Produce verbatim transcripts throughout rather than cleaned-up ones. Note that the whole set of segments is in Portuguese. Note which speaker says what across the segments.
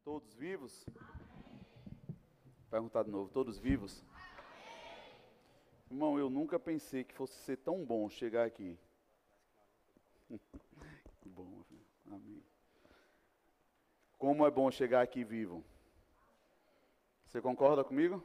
Speaker 1: Todos vivos? Vou perguntar de novo, todos vivos? Irmão, eu nunca pensei que fosse ser tão bom chegar aqui. Que bom, meu filho. Amém. Como é bom chegar aqui vivo. Você concorda comigo?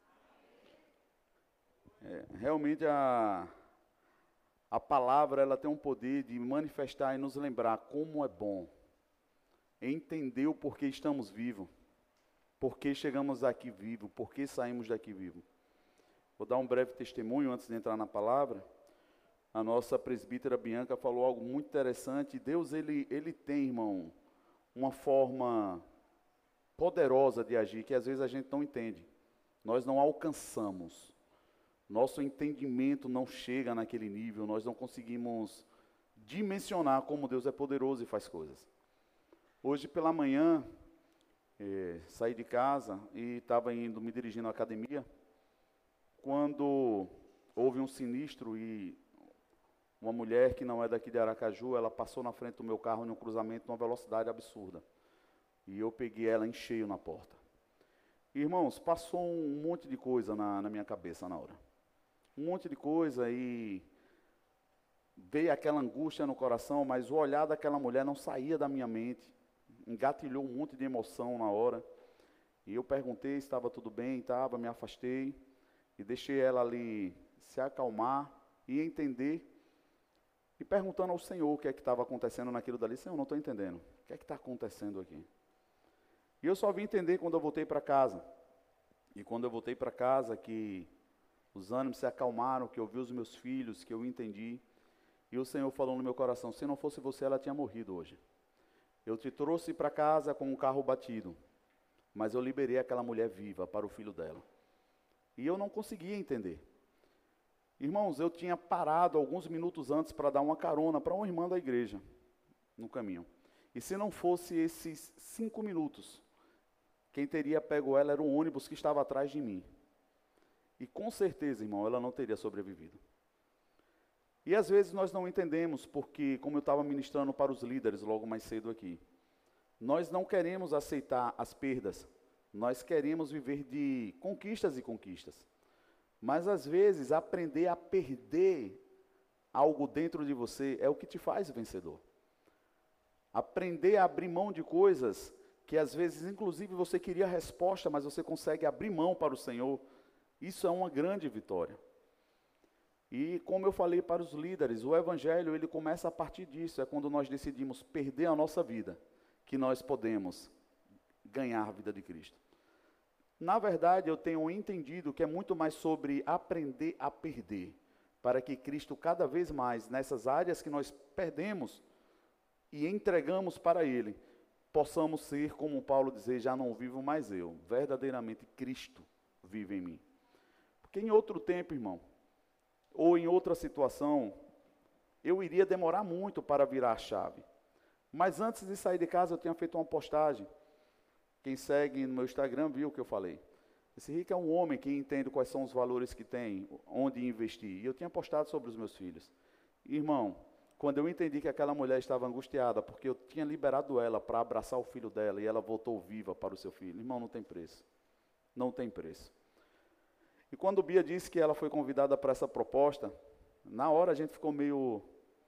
Speaker 1: É, realmente a, a palavra ela tem um poder de manifestar e nos lembrar como é bom. Entender o porquê estamos vivos. Porquê chegamos aqui vivos. Porquê saímos daqui vivos. Vou dar um breve testemunho antes de entrar na palavra. A nossa presbítera Bianca falou algo muito interessante. Deus, ele, ele tem, irmão, uma forma poderosa de agir, que às vezes a gente não entende. Nós não alcançamos. Nosso entendimento não chega naquele nível. Nós não conseguimos dimensionar como Deus é poderoso e faz coisas. Hoje pela manhã, eh, saí de casa e estava indo, me dirigindo à academia, quando houve um sinistro e uma mulher que não é daqui de Aracaju, ela passou na frente do meu carro em um cruzamento numa velocidade absurda. E eu peguei ela em cheio na porta. Irmãos, passou um monte de coisa na, na minha cabeça na hora. Um monte de coisa e veio aquela angústia no coração, mas o olhar daquela mulher não saía da minha mente. Engatilhou um monte de emoção na hora. E eu perguntei se estava tudo bem, estava, me afastei. E deixei ela ali se acalmar e entender. E perguntando ao Senhor o que é que estava acontecendo naquilo dali. Senhor, não estou entendendo. O que é que está acontecendo aqui? E eu só vim entender quando eu voltei para casa. E quando eu voltei para casa, que os ânimos se acalmaram, que eu vi os meus filhos, que eu entendi. E o Senhor falou no meu coração, se não fosse você, ela tinha morrido hoje. Eu te trouxe para casa com um carro batido, mas eu liberei aquela mulher viva para o filho dela. E eu não conseguia entender. Irmãos, eu tinha parado alguns minutos antes para dar uma carona para uma irmã da igreja, no caminho. E se não fosse esses cinco minutos, quem teria pego ela era o ônibus que estava atrás de mim. E com certeza, irmão, ela não teria sobrevivido. E às vezes nós não entendemos, porque, como eu estava ministrando para os líderes logo mais cedo aqui, nós não queremos aceitar as perdas, nós queremos viver de conquistas e conquistas. Mas às vezes aprender a perder algo dentro de você é o que te faz vencedor. Aprender a abrir mão de coisas que às vezes, inclusive, você queria resposta, mas você consegue abrir mão para o Senhor, isso é uma grande vitória. E como eu falei para os líderes, o Evangelho ele começa a partir disso, é quando nós decidimos perder a nossa vida, que nós podemos ganhar a vida de Cristo. Na verdade, eu tenho entendido que é muito mais sobre aprender a perder, para que Cristo cada vez mais, nessas áreas que nós perdemos e entregamos para Ele, possamos ser, como Paulo dizer, já não vivo mais eu, verdadeiramente Cristo vive em mim. Porque em outro tempo, irmão, ou em outra situação, eu iria demorar muito para virar a chave. Mas antes de sair de casa, eu tinha feito uma postagem. Quem segue no meu Instagram viu o que eu falei. Esse Rick é um homem que entende quais são os valores que tem, onde investir. E eu tinha postado sobre os meus filhos. Irmão, quando eu entendi que aquela mulher estava angustiada, porque eu tinha liberado ela para abraçar o filho dela, e ela voltou viva para o seu filho. Irmão, não tem preço. Não tem preço. E quando Bia disse que ela foi convidada para essa proposta, na hora a gente ficou meio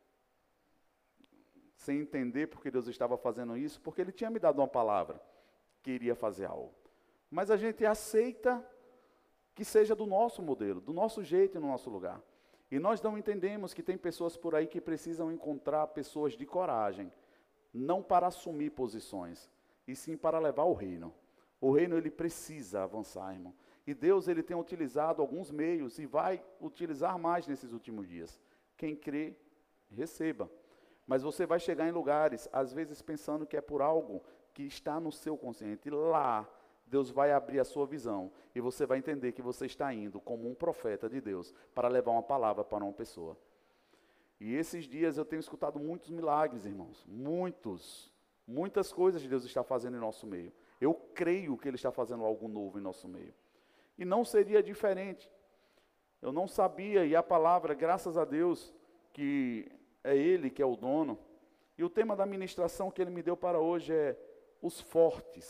Speaker 1: sem entender porque Deus estava fazendo isso, porque Ele tinha me dado uma palavra que iria fazer algo. Mas a gente aceita que seja do nosso modelo, do nosso jeito e no nosso lugar. E nós não entendemos que tem pessoas por aí que precisam encontrar pessoas de coragem, não para assumir posições, e sim para levar o reino. O reino ele precisa avançar, irmão. E Deus ele tem utilizado alguns meios e vai utilizar mais nesses últimos dias. Quem crê, receba. Mas você vai chegar em lugares, às vezes pensando que é por algo que está no seu consciente. E lá, Deus vai abrir a sua visão. E você vai entender que você está indo como um profeta de Deus para levar uma palavra para uma pessoa. E esses dias eu tenho escutado muitos milagres, irmãos. Muitos. Muitas coisas Deus está fazendo em nosso meio. Eu creio que Ele está fazendo algo novo em nosso meio. E não seria diferente. Eu não sabia, e a palavra, graças a Deus, que é Ele que é o dono. E o tema da ministração que Ele me deu para hoje é os fortes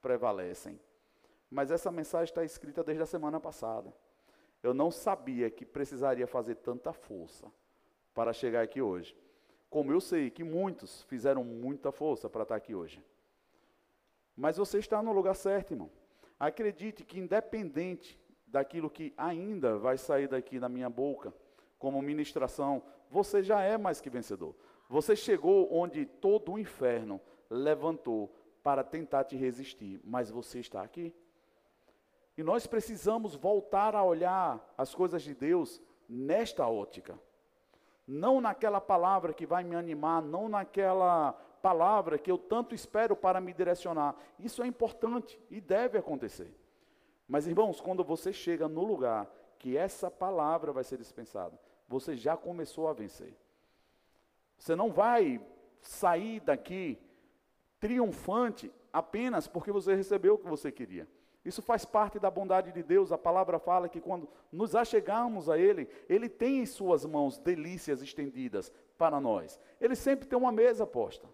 Speaker 1: prevalecem. Mas essa mensagem está escrita desde a semana passada. Eu não sabia que precisaria fazer tanta força para chegar aqui hoje. Como eu sei que muitos fizeram muita força para estar aqui hoje. Mas você está no lugar certo, irmão. Acredite que independente daquilo que ainda vai sair daqui da minha boca, como ministração, você já é mais que vencedor. Você chegou onde todo o inferno levantou para tentar te resistir, mas você está aqui. E nós precisamos voltar a olhar as coisas de Deus nesta ótica. Não naquela palavra que vai me animar, não naquela palavra que eu tanto espero para me direcionar. Isso é importante e deve acontecer. Mas, irmãos, quando você chega no lugar que essa palavra vai ser dispensada, você já começou a vencer. Você não vai sair daqui triunfante apenas porque você recebeu o que você queria. Isso faz parte da bondade de Deus. A palavra fala que quando nos achegarmos a Ele, Ele tem em suas mãos delícias estendidas para nós. Ele sempre tem uma mesa posta.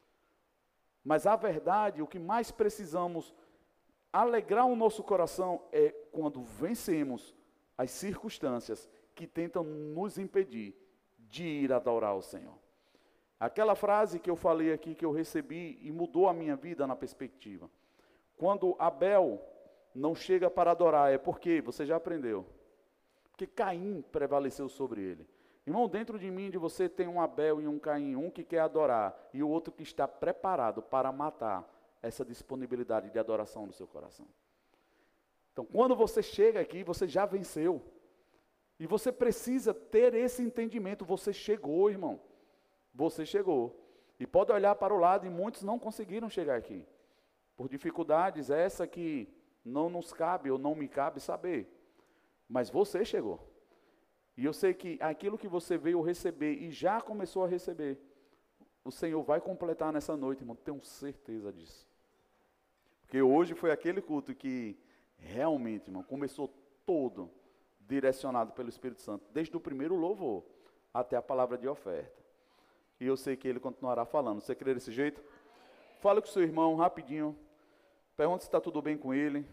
Speaker 1: Mas a verdade, o que mais precisamos alegrar o nosso coração é quando vencemos as circunstâncias que tentam nos impedir de ir adorar o Senhor. Aquela frase que eu falei aqui, que eu recebi e mudou a minha vida na perspectiva. Quando Abel não chega para adorar, é porque, você já aprendeu, porque Caim prevaleceu sobre ele. Irmão, dentro de mim, de você tem um Abel e um Caim, um que quer adorar e o outro que está preparado para matar essa disponibilidade de adoração no seu coração. Então, quando você chega aqui, você já venceu. E você precisa ter esse entendimento, você chegou, irmão. Você chegou. E pode olhar para o lado e muitos não conseguiram chegar aqui. Por dificuldades, essa que não nos cabe ou não me cabe saber. Mas você chegou. E eu sei que aquilo que você veio receber e já começou a receber, o Senhor vai completar nessa noite, irmão. Tenho certeza disso. Porque hoje foi aquele culto que realmente, irmão, começou todo direcionado pelo Espírito Santo. Desde o primeiro louvor até a palavra de oferta. E eu sei que ele continuará falando. Você crê desse jeito? Fala com o seu irmão rapidinho. Pergunta se está tudo bem com ele.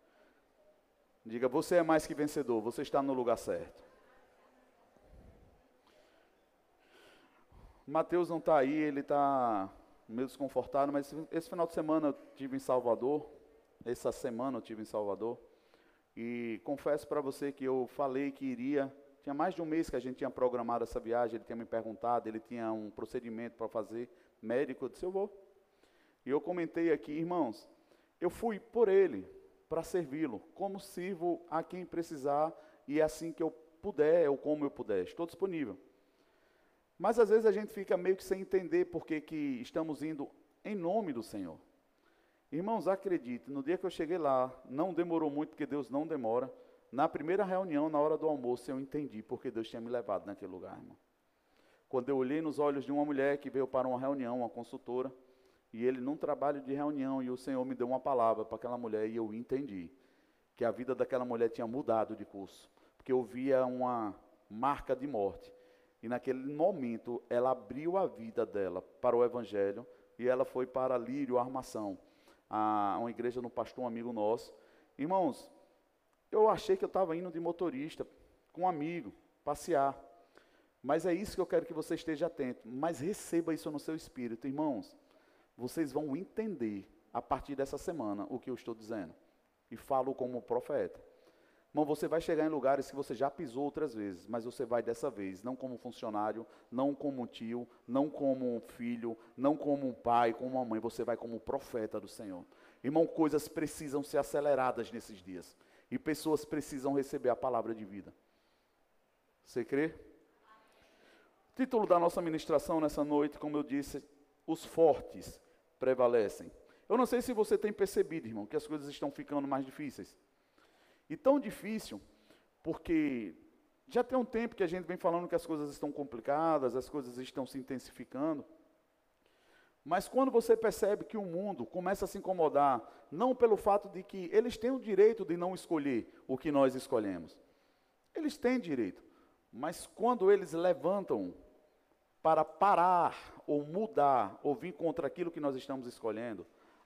Speaker 1: Diga, você é mais que vencedor, você está no lugar certo. Mateus não está aí, ele está meio desconfortável, mas esse final de semana eu estive em Salvador, essa semana eu estive em Salvador, e confesso para você que eu falei que iria, tinha mais de um mês que a gente tinha programado essa viagem, ele tinha me perguntado, ele tinha um procedimento para fazer, médico, eu disse, eu vou. E eu comentei aqui, irmãos, eu fui por ele, para servi-lo, como sirvo a quem precisar, e é assim que eu puder, ou como eu puder, estou disponível. Mas às vezes a gente fica meio que sem entender porque que estamos indo em nome do Senhor. Irmãos, acredite, no dia que eu cheguei lá, não demorou muito, porque Deus não demora. Na primeira reunião, na hora do almoço, eu entendi porque Deus tinha me levado naquele lugar, irmão. Quando eu olhei nos olhos de uma mulher que veio para uma reunião, uma consultora, e ele num trabalho de reunião, e o Senhor me deu uma palavra para aquela mulher, e eu entendi que a vida daquela mulher tinha mudado de curso, porque eu via uma marca de morte. E naquele momento, ela abriu a vida dela para o Evangelho, e ela foi para Lírio Armação, a uma igreja no pastor, um amigo nosso. Irmãos, eu achei que eu estava indo de motorista, com um amigo, passear. Mas é isso que eu quero que você esteja atento. Mas receba isso no seu espírito. Irmãos, vocês vão entender, a partir dessa semana, o que eu estou dizendo. E falo como profeta. Irmão, você vai chegar em lugares que você já pisou outras vezes, mas você vai dessa vez, não como funcionário, não como tio, não como filho, não como pai, como uma mãe, você vai como profeta do Senhor. Irmão, coisas precisam ser aceleradas nesses dias, e pessoas precisam receber a palavra de vida. Você crê? O título da nossa ministração nessa noite, como eu disse, os fortes prevalecem. Eu não sei se você tem percebido, irmão, que as coisas estão ficando mais difíceis. E tão difícil, porque já tem um tempo que a gente vem falando que as coisas estão complicadas, as coisas estão se intensificando. Mas quando você percebe que o mundo começa a se incomodar, não pelo fato de que eles têm o direito de não escolher o que nós escolhemos. Eles têm direito, mas quando eles levantam para parar, ou mudar, ou vir contra aquilo que nós estamos escolhendo,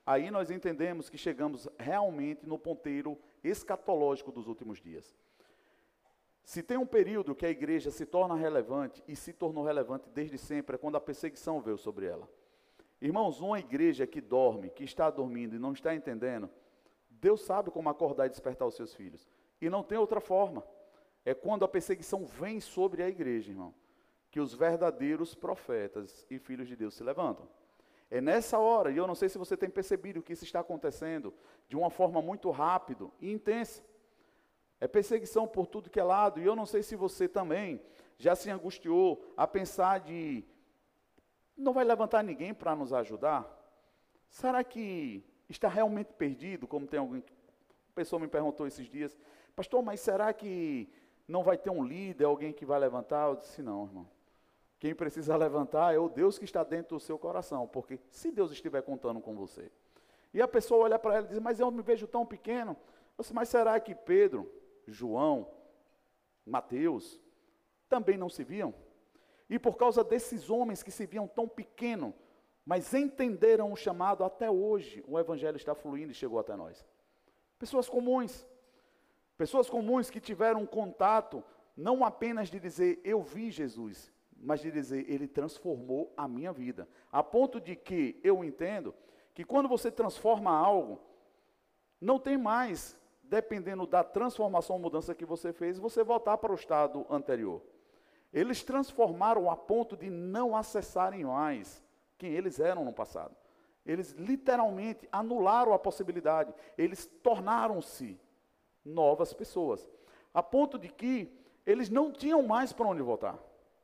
Speaker 1: aí nós entendemos que chegamos realmente no ponteiro escatológico dos últimos dias. Se tem um período que a igreja se torna relevante, e se tornou relevante desde sempre, é quando a perseguição veio sobre ela. Irmãos, uma igreja que dorme, que está dormindo e não está entendendo, Deus sabe como acordar e despertar os seus filhos. E não tem outra forma. É quando a perseguição vem sobre a igreja, irmão, que os verdadeiros profetas e filhos de Deus se levantam. É nessa hora, e eu não sei se você tem percebido que isso está acontecendo de uma forma muito rápida e intensa. É perseguição por tudo que é lado, e eu não sei se você também já se angustiou a pensar de, não vai levantar ninguém para nos ajudar? Será que está realmente perdido, como tem alguém, a pessoa me perguntou esses dias, pastor, mas será que não vai ter um líder, alguém que vai levantar? Eu disse, não, irmão. Quem precisa levantar é o Deus que está dentro do seu coração, porque se Deus estiver contando com você. E a pessoa olha para ela e diz, mas eu me vejo tão pequeno. Eu disse, mas será que Pedro, João, Mateus, também não se viam? E por causa desses homens que se viam tão pequenos, mas entenderam o chamado, até hoje o evangelho está fluindo e chegou até nós. Pessoas comuns, pessoas comuns que tiveram um contato, não apenas de dizer, eu vi Jesus, mas de dizer, ele transformou a minha vida. A ponto de que eu entendo que quando você transforma algo, não tem mais, dependendo da transformação ou mudança que você fez, você voltar para o estado anterior. Eles transformaram a ponto de não acessarem mais quem eles eram no passado. Eles literalmente anularam a possibilidade. Eles tornaram-se novas pessoas. A ponto de que eles não tinham mais para onde voltar.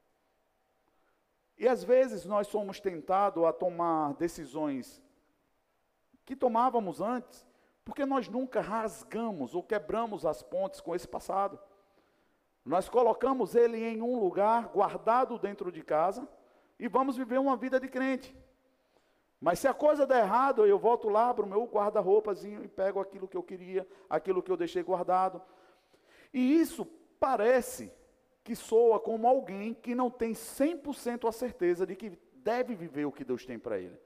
Speaker 1: E às vezes nós somos tentados a tomar decisões que tomávamos antes, porque nós nunca rasgamos ou quebramos as pontes com esse passado. Nós colocamos ele em um lugar, guardado dentro de casa, e vamos viver uma vida de crente. Mas se a coisa der errado, eu volto lá para o meu guarda-roupazinho e pego aquilo que eu queria, aquilo que eu deixei guardado. E isso parece que soa como alguém que não tem cem por cento a certeza de que deve viver o que Deus tem para ele.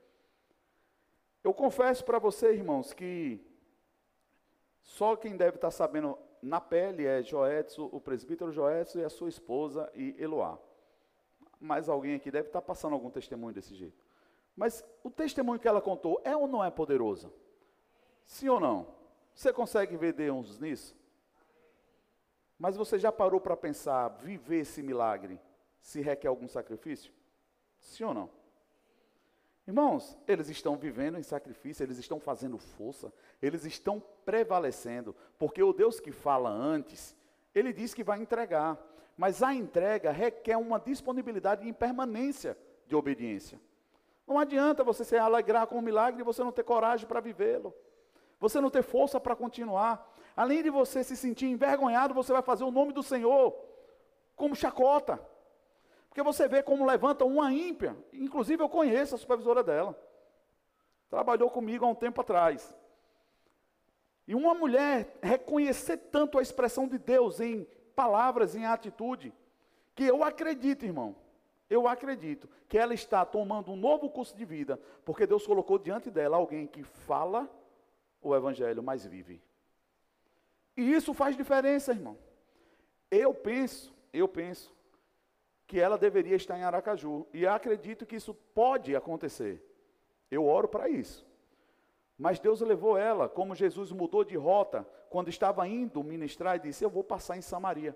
Speaker 1: Eu confesso para você, irmãos, que só quem deve estar sabendo na pele é Joedson, o presbítero Joedson e a sua esposa e Eloá. Mas alguém aqui deve estar passando algum testemunho desse jeito. Mas o testemunho que ela contou é ou não é poderoso? Sim ou não? Você consegue ver Deus nisso? Mas você já parou para pensar, viver esse milagre, se requer algum sacrifício? Sim ou não? Irmãos, eles estão vivendo em sacrifício, eles estão fazendo força, eles estão prevalecendo, porque o Deus que fala antes, ele diz que vai entregar, mas a entrega requer uma disponibilidade em permanência de obediência. Não adianta você se alegrar com o milagre e você não ter coragem para vivê-lo, você não ter força para continuar. Além de você se sentir envergonhado, você vai fazer o nome do Senhor como chacota. Porque você vê como levanta uma ímpia. Inclusive eu conheço a supervisora dela. Trabalhou comigo há um tempo atrás. E uma mulher reconhecer tanto a expressão de Deus em palavras, em atitude, que eu acredito, irmão, eu acredito que ela está tomando um novo curso de vida, porque Deus colocou diante dela alguém que fala o evangelho, mas vive. E isso faz diferença, irmão. Eu penso, eu penso, que ela deveria estar em Aracaju. E acredito que isso pode acontecer. Eu oro para isso. Mas Deus levou ela, como Jesus mudou de rota, quando estava indo ministrar, e disse, eu vou passar em Samaria.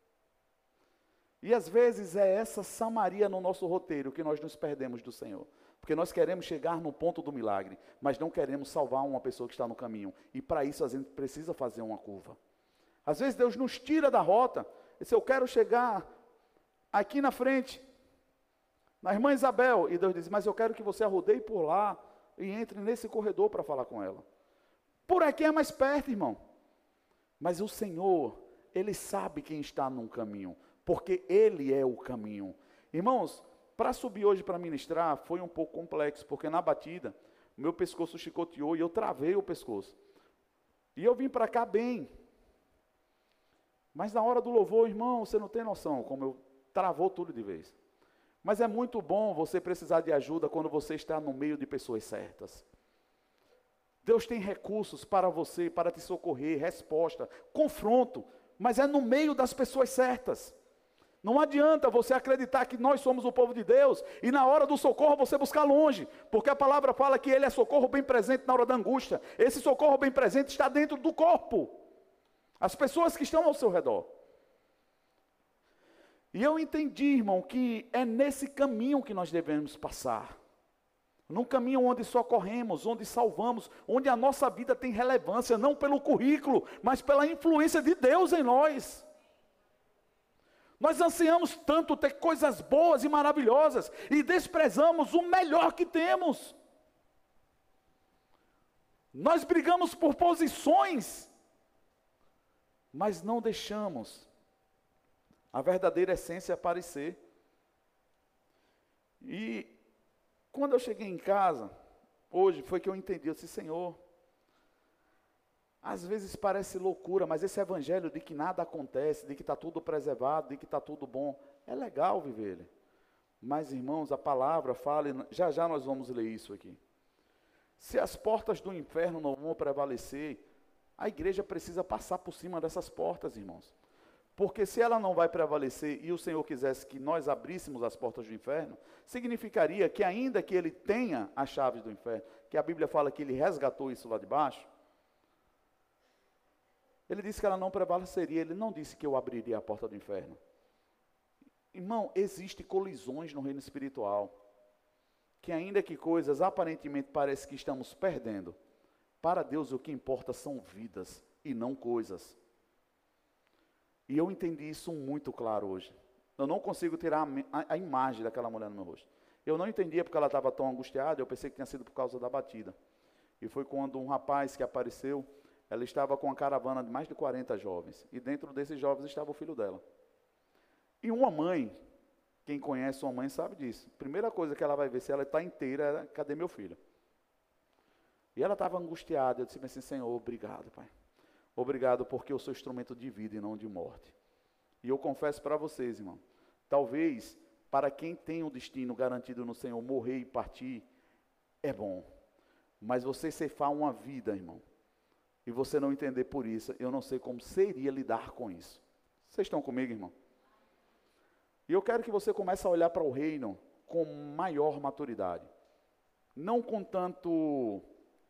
Speaker 1: E às vezes é essa Samaria no nosso roteiro que nós nos perdemos do Senhor. Porque nós queremos chegar no ponto do milagre, mas não queremos salvar uma pessoa que está no caminho. E para isso a gente precisa fazer uma curva. Às vezes Deus nos tira da rota. E se eu quero chegar aqui na frente, na irmã Isabel, e Deus diz, mas eu quero que você arrodeie por lá e entre nesse corredor para falar com ela. Por aqui é mais perto, irmão. Mas o Senhor, Ele sabe quem está num caminho, porque Ele é o caminho. Irmãos, para subir hoje para ministrar, foi um pouco complexo, porque na batida, meu pescoço chicoteou e eu travei o pescoço. E eu vim para cá bem. Mas na hora do louvor, irmão, você não tem noção como eu travou tudo de vez. Mas é muito bom você precisar de ajuda quando você está no meio de pessoas certas. Deus tem recursos para você, para te socorrer, resposta, confronto, mas é no meio das pessoas certas. Não adianta você acreditar que nós somos o povo de Deus e na hora do socorro você buscar longe, porque a palavra fala que Ele é socorro bem presente na hora da angústia. Esse socorro bem presente está dentro do corpo, as pessoas que estão ao seu redor. E eu entendi, irmão, que é nesse caminho que nós devemos passar. Num caminho onde socorremos, onde salvamos, onde a nossa vida tem relevância, não pelo currículo, mas pela influência de Deus em nós. Nós ansiamos tanto ter coisas boas e maravilhosas e desprezamos o melhor que temos. Nós brigamos por posições, mas não deixamos a verdadeira essência aparecer. E quando eu cheguei em casa, hoje foi que eu entendi, eu disse, Senhor, às vezes parece loucura, mas esse evangelho de que nada acontece, de que está tudo preservado, de que está tudo bom, é legal viver ele. Mas, irmãos, a palavra fala, já já nós vamos ler isso aqui. Se as portas do inferno não vão prevalecer, a igreja precisa passar por cima dessas portas, irmãos. Porque se ela não vai prevalecer e o Senhor quisesse que nós abríssemos as portas do inferno, significaria que ainda que Ele tenha as chaves do inferno, que a Bíblia fala que Ele resgatou isso lá de baixo, Ele disse que ela não prevaleceria, Ele não disse que eu abriria a porta do inferno. Irmão, existem colisões no reino espiritual, que ainda que coisas aparentemente parece que estamos perdendo, para Deus o que importa são vidas e não coisas. E eu entendi isso muito claro hoje. Eu não consigo tirar a, a, a imagem daquela mulher no meu rosto. Eu não entendia porque ela estava tão angustiada, eu pensei que tinha sido por causa da batida. E foi quando um rapaz que apareceu, ela estava com uma caravana de mais de quarenta jovens. E dentro desses jovens estava o filho dela. E uma mãe, quem conhece uma mãe sabe disso. Primeira coisa que ela vai ver se ela está inteira é, cadê meu filho? E ela estava angustiada, eu disse assim, Senhor, obrigado, Pai. Obrigado porque eu sou instrumento de vida e não de morte. E eu confesso para vocês, irmão, talvez para quem tem o destino garantido no Senhor, morrer e partir, é bom. Mas você ceifar uma vida, irmão, e você não entender por isso, eu não sei como seria lidar com isso. Vocês estão comigo, irmão? E eu quero que você comece a olhar para o reino com maior maturidade. Não com tanto,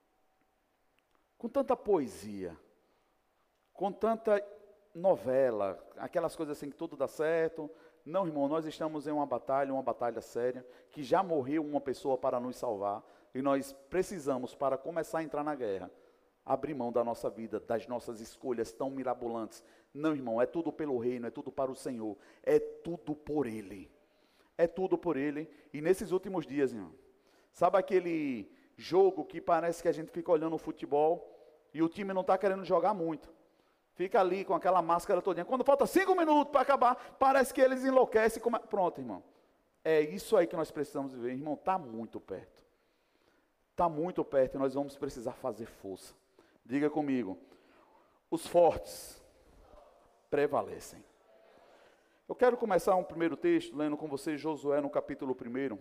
Speaker 1: com tanta poesia, com tanta novela, aquelas coisas assim que tudo dá certo. Não, irmão, nós estamos em uma batalha, uma batalha séria, que já morreu uma pessoa para nos salvar, e nós precisamos, para começar a entrar na guerra, abrir mão da nossa vida, das nossas escolhas tão mirabolantes. Não, irmão, é tudo pelo reino, é tudo para o Senhor, é tudo por Ele. É tudo por Ele. E nesses últimos dias, irmão, sabe aquele jogo que parece que a gente fica olhando o futebol e o time não está querendo jogar muito? Fica ali com aquela máscara todinha. Quando falta cinco minutos para acabar, parece que eles enlouquecem. Come... Pronto, irmão. É isso aí que nós precisamos viver. Irmão, está muito perto. Está muito perto e nós vamos precisar fazer força. Diga comigo, os fortes prevalecem. Eu quero começar um primeiro texto, lendo com vocês Josué no capítulo primeiro.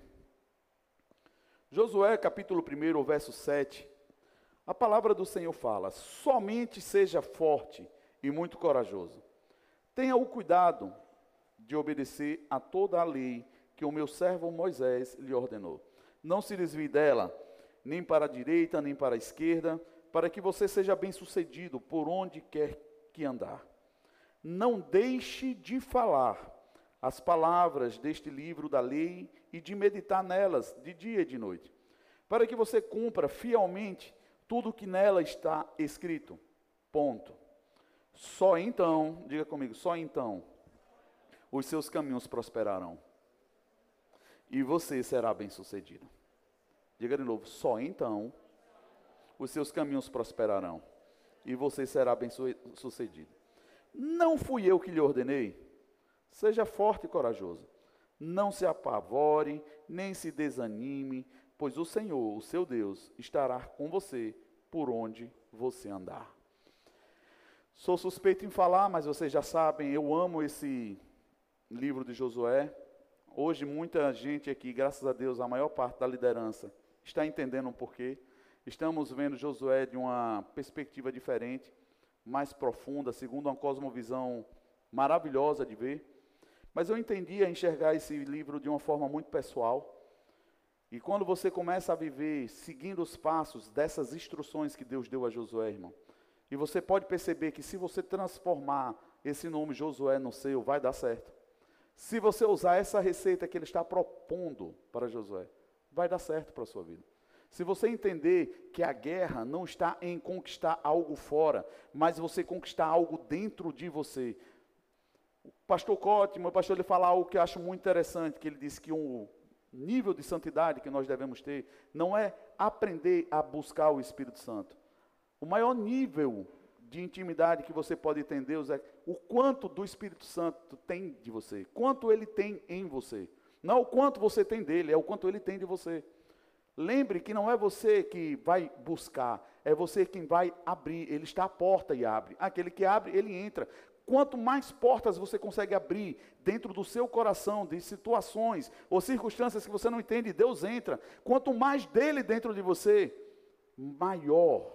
Speaker 1: Josué, capítulo primeiro, verso sete. A palavra do Senhor fala, somente seja forte e muito corajoso. Tenha o cuidado de obedecer a toda a lei que o meu servo Moisés lhe ordenou. Não se desvie dela, nem para a direita, nem para a esquerda, para que você seja bem-sucedido por onde quer que andar. Não deixe de falar as palavras deste livro da lei e de meditar nelas de dia e de noite, para que você cumpra fielmente tudo o que nela está escrito. Ponto. Só então, diga comigo, só então, os seus caminhos prosperarão e você será bem-sucedido. Diga de novo, só então os seus caminhos prosperarão e você será bem-sucedido. Não fui eu que lhe ordenei? Seja forte e corajoso. Não se apavore, nem se desanime, pois o Senhor, o seu Deus, estará com você por onde você andar. Sou suspeito em falar, mas vocês já sabem, eu amo esse livro de Josué. Hoje muita gente aqui, graças a Deus, a maior parte da liderança está entendendo o porquê. Estamos vendo Josué de uma perspectiva diferente, mais profunda, segundo uma cosmovisão maravilhosa de ver. Mas eu entendi a enxergar esse livro de uma forma muito pessoal. E quando você começa a viver seguindo os passos dessas instruções que Deus deu a Josué, irmão, e você pode perceber que se você transformar esse nome Josué no seu, vai dar certo. Se você usar essa receita que ele está propondo para Josué, vai dar certo para a sua vida. Se você entender que a guerra não está em conquistar algo fora, mas você conquistar algo dentro de você. O pastor Cote, meu pastor, ele fala algo que eu acho muito interessante, que ele disse que um nível de santidade que nós devemos ter não é aprender a buscar o Espírito Santo. O maior nível de intimidade que você pode ter em Deus é o quanto do Espírito Santo tem de você, quanto ele tem em você. Não é o quanto você tem dele, é o quanto ele tem de você. Lembre que não é você que vai buscar, é você quem vai abrir. Ele está à porta e abre. Aquele que abre, ele entra. Quanto mais portas você consegue abrir dentro do seu coração, de situações ou circunstâncias que você não entende, Deus entra. Quanto mais dele dentro de você, maior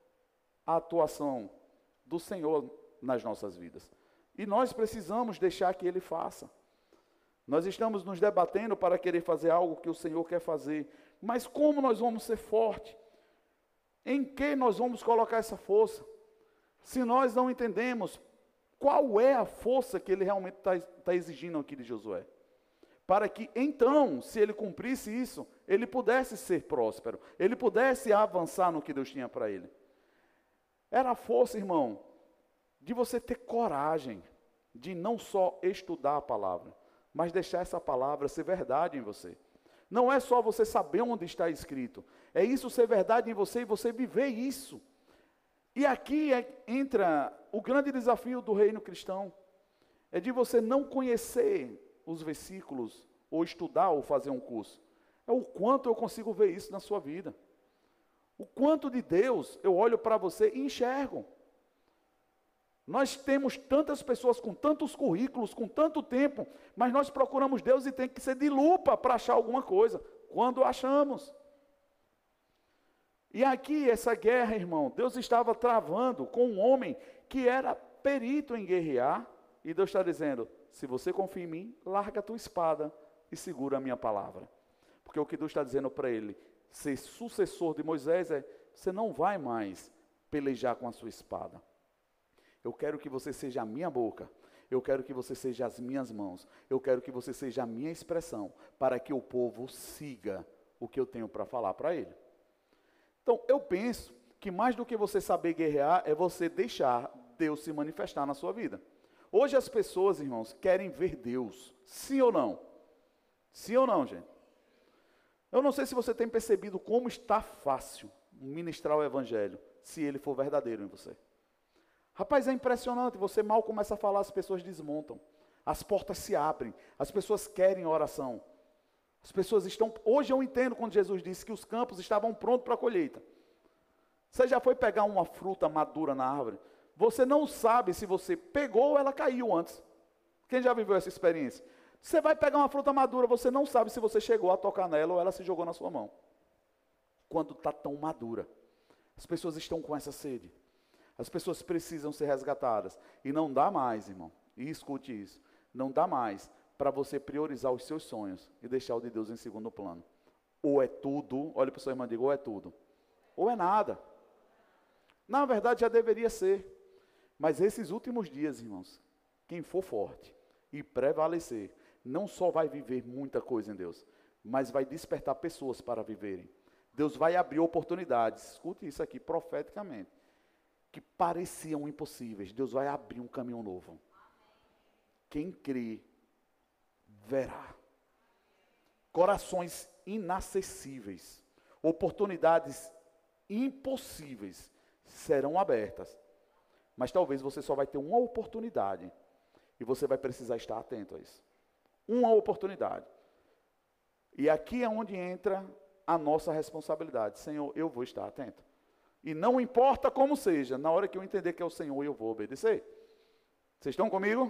Speaker 1: a atuação do Senhor nas nossas vidas. E nós precisamos deixar que ele faça. Nós estamos nos debatendo para querer fazer algo que o Senhor quer fazer. Mas como nós vamos ser fortes? Em que nós vamos colocar essa força? Se nós não entendemos qual é a força que ele realmente está tá exigindo aqui de Josué. Para que então, se ele cumprisse isso, ele pudesse ser próspero. Ele pudesse avançar no que Deus tinha para ele. Era a força, irmão, de você ter coragem de não só estudar a palavra, mas deixar essa palavra ser verdade em você. Não é só você saber onde está escrito, é isso ser verdade em você e você viver isso. E aqui é, entra o grande desafio do reino cristão, é de você não conhecer os versículos, ou estudar, ou fazer um curso. É o quanto eu consigo ver isso na sua vida. O quanto de Deus eu olho para você e enxergo. Nós temos tantas pessoas com tantos currículos, com tanto tempo, mas nós procuramos Deus e tem que ser de lupa para achar alguma coisa, quando achamos. E aqui, essa guerra, irmão, Deus estava travando com um homem que era perito em guerrear, e Deus está dizendo, se você confia em mim, larga a tua espada e segura a minha palavra. Porque o que Deus está dizendo para ele, ser sucessor de Moisés, é, você não vai mais pelejar com a sua espada. Eu quero que você seja a minha boca, eu quero que você seja as minhas mãos, eu quero que você seja a minha expressão, para que o povo siga o que eu tenho para falar para ele. Então, eu penso que mais do que você saber guerrear, é você deixar Deus se manifestar na sua vida. Hoje as pessoas, irmãos, querem ver Deus, sim ou não? Sim ou não, gente? Eu não sei se você tem percebido como está fácil ministrar o evangelho, se ele for verdadeiro em você. Rapaz, é impressionante, você mal começa a falar, as pessoas desmontam, as portas se abrem, as pessoas querem oração. As pessoas estão, hoje eu entendo quando Jesus disse que os campos estavam prontos para a colheita. Você já foi pegar uma fruta madura na árvore? Você não sabe se você pegou ou ela caiu antes. Quem já viveu essa experiência? Você vai pegar uma fruta madura, você não sabe se você chegou a tocar nela ou ela se jogou na sua mão. Quando está tão madura. As pessoas estão com essa sede. As pessoas precisam ser resgatadas. E não dá mais, irmão. E escute isso. Não dá mais para você priorizar os seus sonhos e deixar o de Deus em segundo plano. Ou é tudo, olha para o seu irmão e diga, ou é tudo, ou é nada. Na verdade já deveria ser. Mas esses últimos dias, irmãos, quem for forte e prevalecer, não só vai viver muita coisa em Deus, mas vai despertar pessoas para viverem. Deus vai abrir oportunidades, escute isso aqui profeticamente, que pareciam impossíveis. Deus vai abrir um caminho novo. Quem crê, verá. Corações inacessíveis, oportunidades impossíveis serão abertas. Mas talvez você só vai ter uma oportunidade e você vai precisar estar atento a isso. Uma oportunidade. E aqui é onde entra a nossa responsabilidade. Senhor, eu vou estar atento. E não importa como seja, na hora que eu entender que é o Senhor, eu vou obedecer. Vocês estão comigo?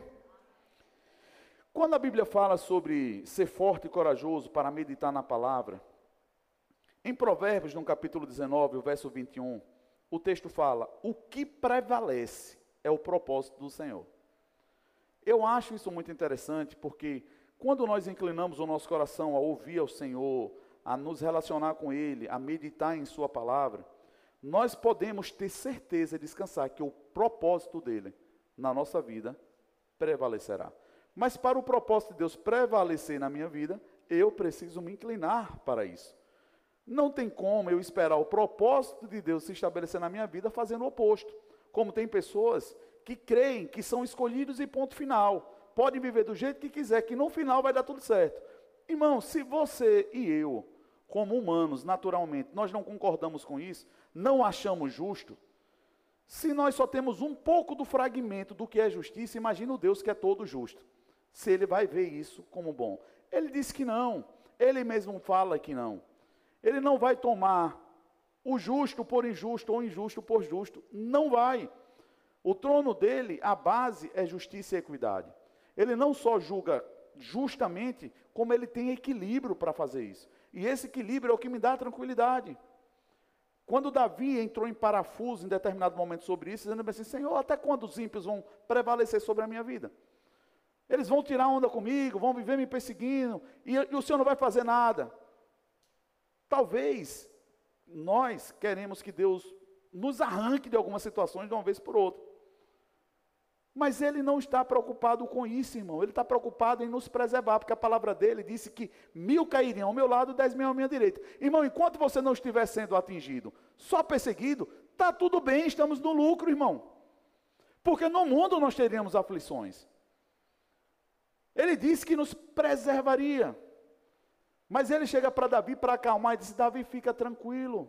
Speaker 1: Quando a Bíblia fala sobre ser forte e corajoso para meditar na palavra, Em Provérbios, no capítulo dezenove, o verso vinte e um, o texto fala: o que prevalece é o propósito do Senhor. Eu acho isso muito interessante, porque quando nós inclinamos o nosso coração a ouvir ao Senhor, a nos relacionar com Ele, a meditar em Sua palavra, nós podemos ter certeza e descansar que o propósito dEle na nossa vida prevalecerá. Mas para o propósito de Deus prevalecer na minha vida, eu preciso me inclinar para isso. Não tem como eu esperar o propósito de Deus se estabelecer na minha vida fazendo o oposto. Como tem pessoas que creem que são escolhidos e ponto final. Podem viver do jeito que quiser, que no final vai dar tudo certo. Irmão, se você e eu, como humanos, naturalmente, nós não concordamos com isso, não achamos justo, se nós só temos um pouco do fragmento do que é justiça, imagina o Deus que é todo justo. Se Ele vai ver isso como bom. Ele disse que não. Ele mesmo fala que não. Ele não vai tomar o justo por injusto ou o injusto por justo. Não vai. O trono dele, a base é justiça e equidade. Ele não só julga justamente, como ele tem equilíbrio para fazer isso. E esse equilíbrio é o que me dá tranquilidade. Quando Davi entrou em parafuso em determinado momento sobre isso, dizendo assim: Senhor, até quando os ímpios vão prevalecer sobre a minha vida? Eles vão tirar onda comigo, vão viver me perseguindo, e, e o Senhor não vai fazer nada. Talvez nós queremos que Deus nos arranque de algumas situações de uma vez por outra. Mas Ele não está preocupado com isso, irmão. Ele está preocupado em nos preservar, porque a palavra dele disse que mil cairiam ao meu lado, dez mil à minha direita. Irmão, enquanto você não estiver sendo atingido, só perseguido, está tudo bem, estamos no lucro, irmão. Porque no mundo nós teríamos aflições. Ele disse que nos preservaria. Mas ele chega para Davi para acalmar e diz: Davi, fica tranquilo.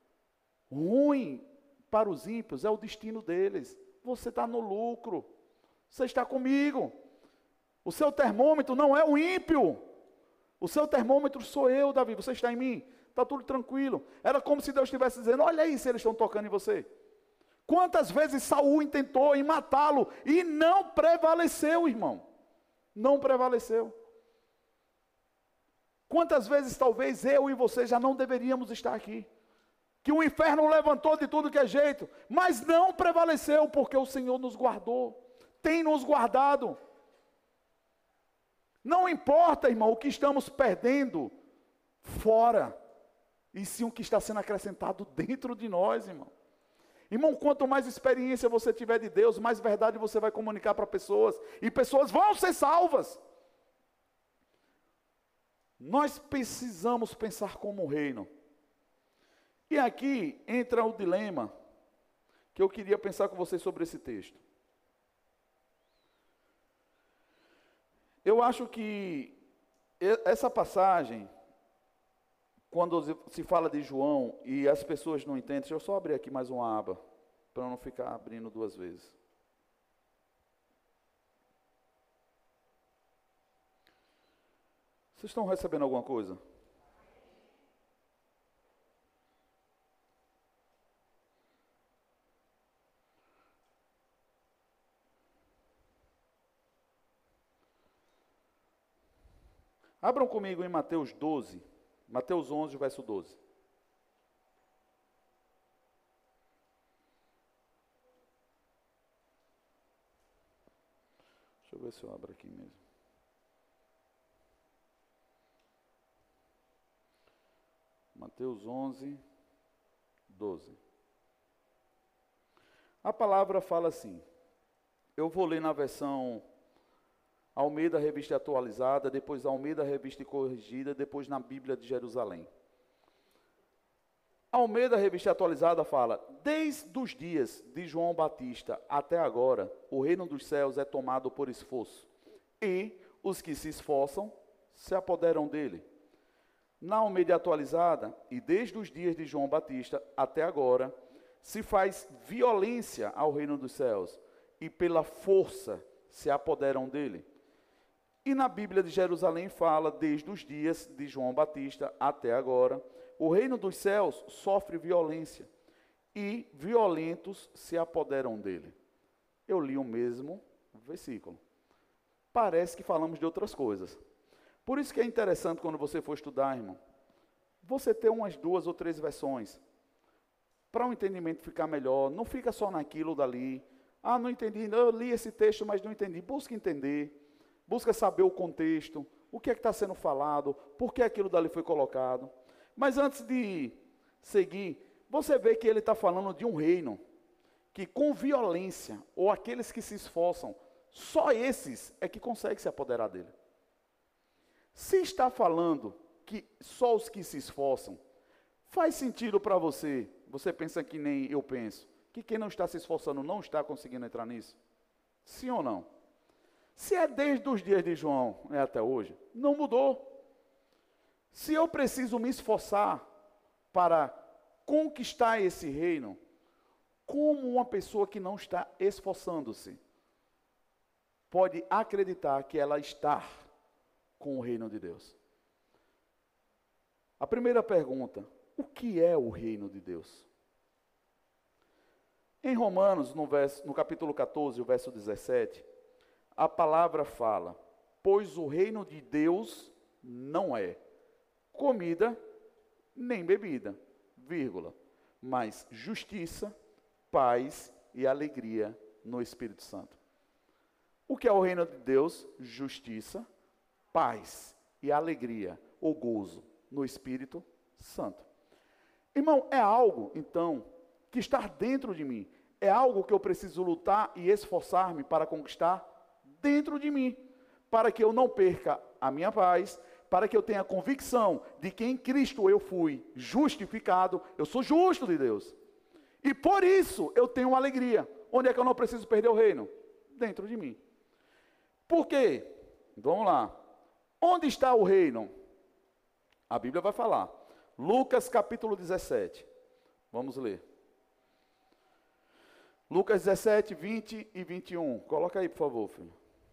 Speaker 1: Ruim para os ímpios é o destino deles. Você está no lucro. Você está comigo. O seu termômetro não é o ímpio. O seu termômetro sou eu, Davi. Você está em mim. Está tudo tranquilo. Era como se Deus estivesse dizendo: olha aí se eles estão tocando em você. Quantas vezes Saul intentou em matá-lo e não prevaleceu, irmão. Não prevaleceu. Quantas vezes talvez eu e você já não deveríamos estar aqui. Que o inferno levantou de tudo que é jeito, mas não prevaleceu, porque o Senhor nos guardou, tem nos guardado. Não importa, irmão, o que estamos perdendo fora, e sim o que está sendo acrescentado dentro de nós, irmão. Irmão, quanto mais experiência você tiver de Deus, mais verdade você vai comunicar para pessoas, e pessoas vão ser salvas. Nós precisamos pensar como um reino. E aqui entra o dilema que eu queria pensar com vocês sobre esse texto. Eu acho que essa passagem, quando se fala de João e as pessoas não entendem, deixa eu só abrir aqui mais uma aba, para eu não ficar abrindo duas vezes. Vocês estão recebendo alguma coisa? Abram comigo em Mateus doze, Mateus onze, verso doze. Deixa eu ver se eu abro aqui mesmo. Mateus onze, doze. A palavra fala assim, eu vou ler na versão Almeida Revista Atualizada, depois Almeida Revista Corrigida, depois na Bíblia de Jerusalém. Almeida Revista Atualizada fala: desde os dias de João Batista até agora, o reino dos céus é tomado por esforço, e os que se esforçam se apoderam dele. Na Almeida Atualizada, e desde os dias de João Batista até agora, se faz violência ao reino dos céus, e pela força se apoderam dele. E na Bíblia de Jerusalém fala, desde os dias de João Batista até agora, o reino dos céus sofre violência, e violentos se apoderam dele. Eu li o mesmo versículo. Parece que falamos de outras coisas. Por isso que é interessante quando você for estudar, irmão, você ter umas duas ou três versões, para o entendimento ficar melhor. Não fica só naquilo dali. Ah, não entendi, eu li esse texto, mas não entendi. Busca entender, busca saber o contexto, o que é que está sendo falado, por que aquilo dali foi colocado. Mas antes de seguir, você vê que ele está falando de um reino, que com violência, ou aqueles que se esforçam, só esses é que conseguem se apoderar dele. Se está falando que só os que se esforçam, faz sentido para você, você pensa que nem eu penso, que quem não está se esforçando não está conseguindo entrar nisso? Sim ou não? Se é desde os dias de João é até hoje, não mudou. Se eu preciso me esforçar para conquistar esse reino, como uma pessoa que não está esforçando-se pode acreditar que ela está com o reino de Deus? A primeira pergunta: o que é o reino de Deus? Em Romanos, no, verso, no capítulo catorze, o verso dezessete, a palavra fala: pois o reino de Deus não é comida nem bebida, vírgula, mas justiça, paz e alegria no Espírito Santo. O que é o reino de Deus? Justiça, paz e alegria, ou gozo, no Espírito Santo. Irmão, é algo, então, que está dentro de mim. É algo que eu preciso lutar e esforçar-me para conquistar dentro de mim, para que eu não perca a minha paz, para que eu tenha convicção de que em Cristo eu fui justificado, eu sou justo de Deus. E por isso eu tenho uma alegria. Onde é que eu não preciso perder o reino? Dentro de mim. Por quê? Vamos lá. Onde está o reino? A Bíblia vai falar. Lucas capítulo dezessete. Vamos ler. Lucas dezessete, vinte e vinte e um. Coloca aí, por favor, filho.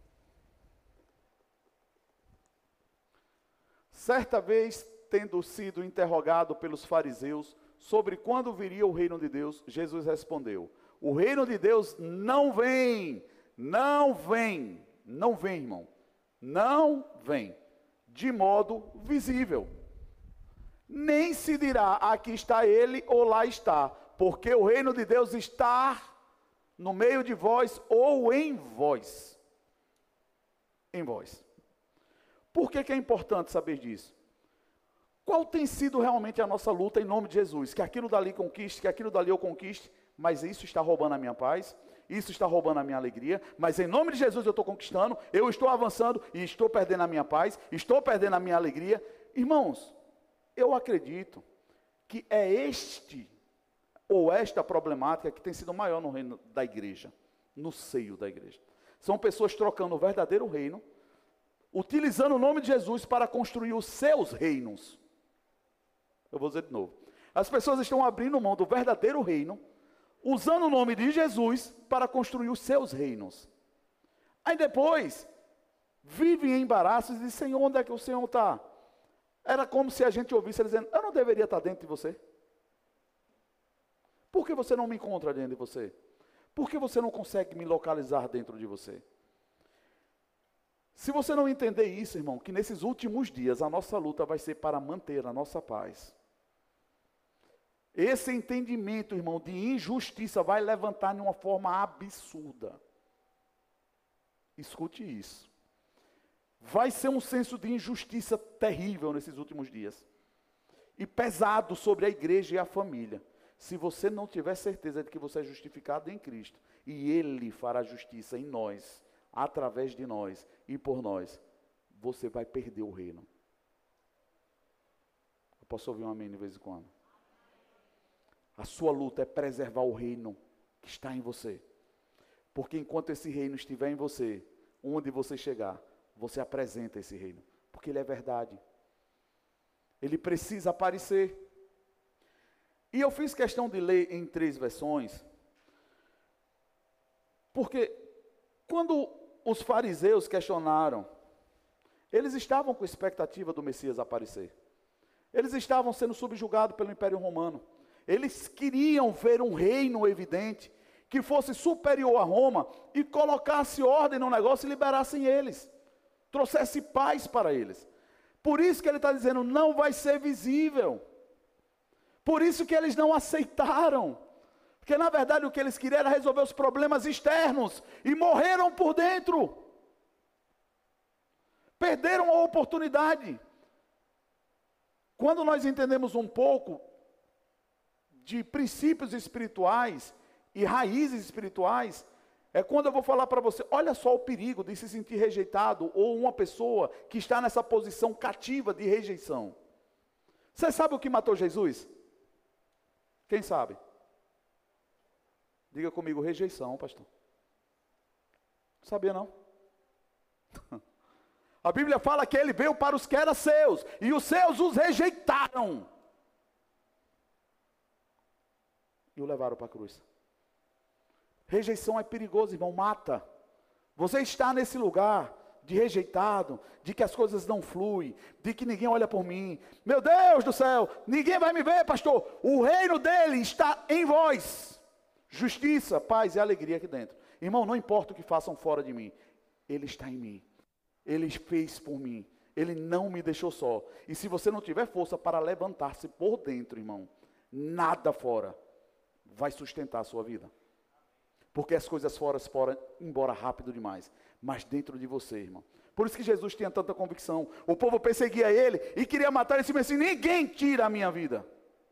Speaker 1: Certa vez, tendo sido interrogado pelos fariseus sobre quando viria o reino de Deus, Jesus respondeu: o reino de Deus não vem, não vem, não vem, irmão, não vem, de modo visível. Nem se dirá, aqui está ele ou lá está, porque o reino de Deus está no meio de vós ou em vós. Em vós. Por que que é importante saber disso? Qual tem sido realmente a nossa luta em nome de Jesus? Que aquilo dali conquiste, que aquilo dali eu conquiste, mas isso está roubando a minha paz, isso está roubando a minha alegria, mas em nome de Jesus eu estou conquistando, eu estou avançando e estou perdendo a minha paz, estou perdendo a minha alegria. Irmãos, eu acredito que é este ou esta problemática que tem sido maior no reino da igreja, no seio da igreja. São pessoas trocando o verdadeiro reino, utilizando o nome de Jesus para construir os seus reinos. Eu vou dizer de novo. As pessoas estão abrindo mão do verdadeiro reino, usando o nome de Jesus para construir os seus reinos. Aí depois, vivem em embaraços e dizem: Senhor, onde é que o Senhor está? Era como se a gente ouvisse ele dizendo: eu não deveria estar dentro de você? Por que você não me encontra dentro de você? Por que você não consegue me localizar dentro de você? Se você não entender isso, irmão, que nesses últimos dias a nossa luta vai ser para manter a nossa paz. Esse entendimento, irmão, de injustiça vai levantar de uma forma absurda. Escute isso. Vai ser um senso de injustiça terrível nesses últimos dias. E pesado sobre a igreja e a família. Se você não tiver certeza de que você é justificado em Cristo, e Ele fará justiça em nós, através de nós e por nós, você vai perder o reino. Eu posso ouvir um amém de vez em quando? A sua luta é preservar o reino que está em você. Porque enquanto esse reino estiver em você, onde você chegar, você apresenta esse reino. Porque ele é verdade. Ele precisa aparecer. E eu fiz questão de ler em três versões, porque quando os fariseus questionaram, eles estavam com expectativa do Messias aparecer. Eles estavam sendo subjugados pelo Império Romano. Eles queriam ver um reino evidente, que fosse superior a Roma, e colocasse ordem no negócio e liberassem eles. Trouxesse paz para eles. Por isso que ele está dizendo, não vai ser visível. Por isso que eles não aceitaram. Porque na verdade o que eles queriam era resolver os problemas externos. E morreram por dentro. Perderam a oportunidade. Quando nós entendemos um pouco de princípios espirituais e raízes espirituais, é quando eu vou falar para você, olha só o perigo de se sentir rejeitado, ou uma pessoa que está nessa posição cativa de rejeição. Você sabe o que matou Jesus? Quem sabe? Diga comigo, rejeição, pastor. Sabia não? A Bíblia fala que ele veio para os que eram seus, e os seus os rejeitaram. E o levaram para a cruz. Rejeição é perigoso, irmão, mata. Você está nesse lugar de rejeitado, de que as coisas não fluem, de que ninguém olha por mim. Meu Deus do céu, ninguém vai me ver, pastor. O reino dele está em vós. Justiça, paz e alegria aqui dentro. Irmão, não importa o que façam fora de mim, ele está em mim. Ele fez por mim. Ele não me deixou só. E se você não tiver força para levantar-se por dentro, irmão, nada fora vai sustentar a sua vida. Porque as coisas fora foram embora rápido demais. Mas dentro de você, irmão. Por isso que Jesus tinha tanta convicção. O povo perseguia ele e queria matar ele. E assim, ninguém tira a minha vida.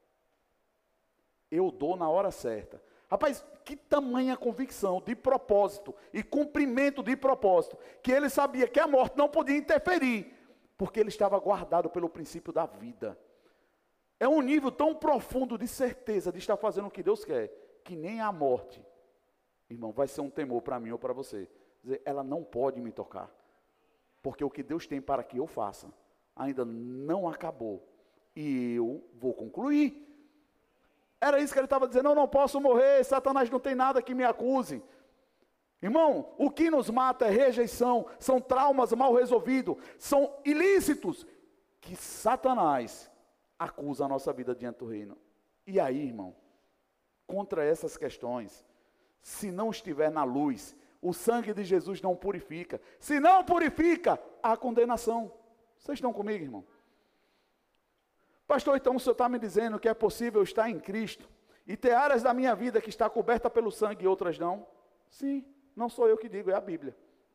Speaker 1: Eu dou na hora certa. Rapaz, que tamanha convicção de propósito e cumprimento de propósito, que ele sabia que a morte não podia interferir, porque ele estava guardado pelo princípio da vida. É um nível tão profundo de certeza de estar fazendo o que Deus quer, que nem a morte, irmão, vai ser um temor para mim ou para você. Dizer, ela não pode me tocar, porque o que Deus tem para que eu faça, ainda não acabou, e eu vou concluir. Era isso que ele estava dizendo, eu não posso morrer, Satanás não tem nada que me acuse. Irmão, o que nos mata é rejeição, são traumas mal resolvidos, são ilícitos, que Satanás acusa a nossa vida diante do reino. E aí, irmão, contra essas questões, se não estiver na luz, o sangue de Jesus não purifica. Se não purifica, há condenação. Vocês estão comigo, irmão? Pastor, então o senhor está me dizendo que é possível estar em Cristo e ter áreas da minha vida que está coberta pelo sangue e outras não? Sim, não sou eu que digo, é a Bíblia.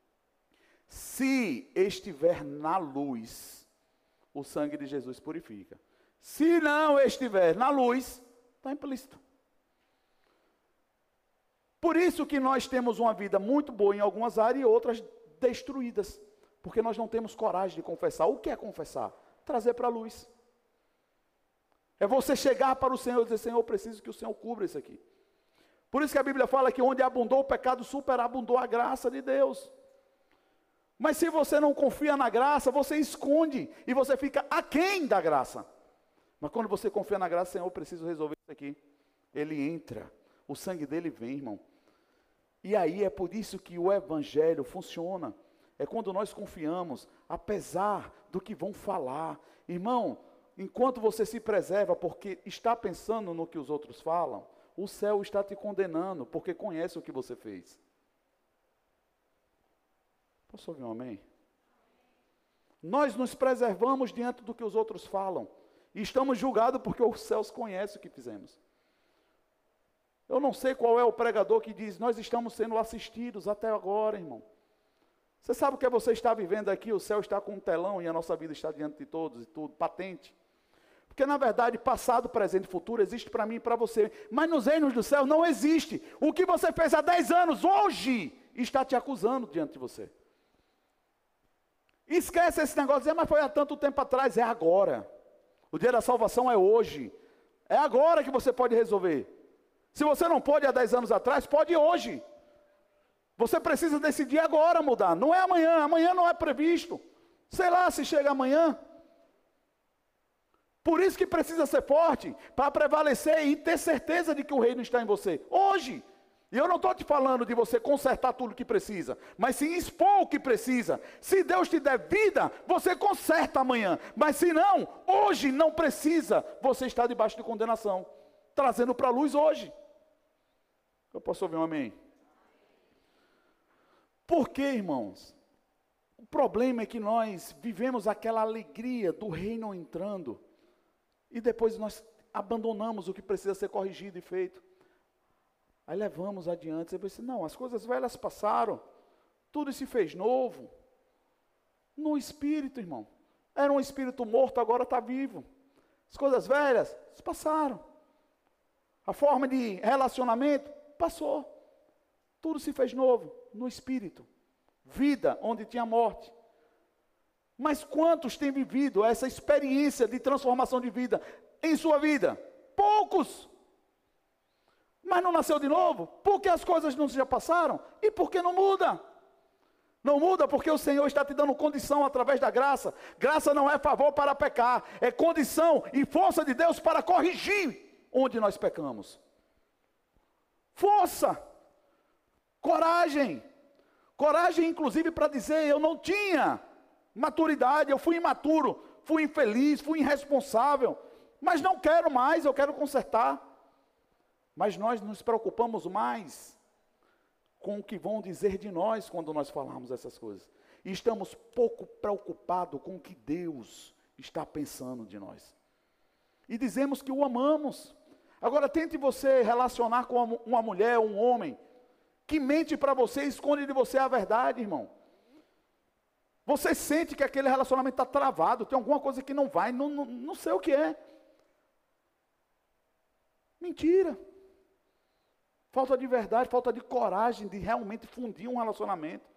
Speaker 1: Se estiver na luz, o sangue de Jesus purifica. Se não estiver na luz, está implícito. Por isso que nós temos uma vida muito boa em algumas áreas e outras destruídas. Porque nós não temos coragem de confessar. O que é confessar? Trazer para a luz. É você chegar para o Senhor e dizer, Senhor, eu preciso que o Senhor cubra isso aqui. Por isso que a Bíblia fala que onde abundou o pecado, superabundou a graça de Deus. Mas se você não confia na graça, você esconde e você fica aquém da graça. Mas quando você confia na graça, Senhor, eu preciso resolver isso aqui. Ele entra, o sangue dele vem, irmão. E aí é por isso que o Evangelho funciona. É quando nós confiamos, apesar do que vão falar. Irmão, enquanto você se preserva porque está pensando no que os outros falam, o céu está te condenando porque conhece o que você fez. Posso ouvir um amém? Nós nos preservamos diante do que os outros falam. E estamos julgados porque os céus conhecem o que fizemos. Eu não sei qual é o pregador que diz, nós estamos sendo assistidos até agora, irmão. Você sabe o que você está vivendo aqui? O céu está com um telão e a nossa vida está diante de todos e tudo, patente. Porque na verdade, passado, presente e futuro existe para mim e para você. Mas nos reinos do céu não existe. O que você fez há dez anos, hoje, está te acusando diante de você. Esquece esse negócio de dizer, mas foi há tanto tempo atrás, é agora. O dia da salvação é hoje. É agora que você pode resolver. Se você não pode há dez anos atrás, pode hoje. Você precisa decidir agora mudar. Não é amanhã, amanhã não é previsto. Sei lá se chega amanhã. Por isso que precisa ser forte, para prevalecer e ter certeza de que o reino está em você. Hoje. E eu não estou te falando de você consertar tudo o que precisa, mas sim expor o que precisa. Se Deus te der vida, você conserta amanhã. Mas se não, hoje não precisa, você está debaixo de condenação. Trazendo para a luz hoje. Eu posso ouvir um amém? Por quê, irmãos? O problema é que nós vivemos aquela alegria do reino entrando. E depois nós abandonamos o que precisa ser corrigido e feito. Aí levamos adiante, você pensa, não, as coisas velhas passaram, tudo se fez novo. No espírito, irmão. Era um espírito morto, agora está vivo. As coisas velhas passaram. A forma de relacionamento passou. Tudo se fez novo no espírito. Vida onde tinha morte. Mas quantos têm vivido essa experiência de transformação de vida em sua vida? Poucos. Mas não nasceu de novo? Porque as coisas não já passaram? E por que não muda? Não muda porque o Senhor está te dando condição através da graça. Graça não é favor para pecar, é condição e força de Deus para corrigir onde nós pecamos. Força, coragem, coragem inclusive para dizer, eu não tinha maturidade, eu fui imaturo, fui infeliz, fui irresponsável, mas não quero mais, eu quero consertar. Mas nós nos preocupamos mais com o que vão dizer de nós quando nós falamos essas coisas. E estamos pouco preocupados com o que Deus está pensando de nós. E dizemos que o amamos. Agora tente você relacionar com uma mulher, um homem, que mente para você e esconde de você a verdade, irmão. Você sente que aquele relacionamento está travado, tem alguma coisa que não vai, não, não, não sei o que é. Mentira. Falta de verdade, falta de coragem de realmente fundir um relacionamento.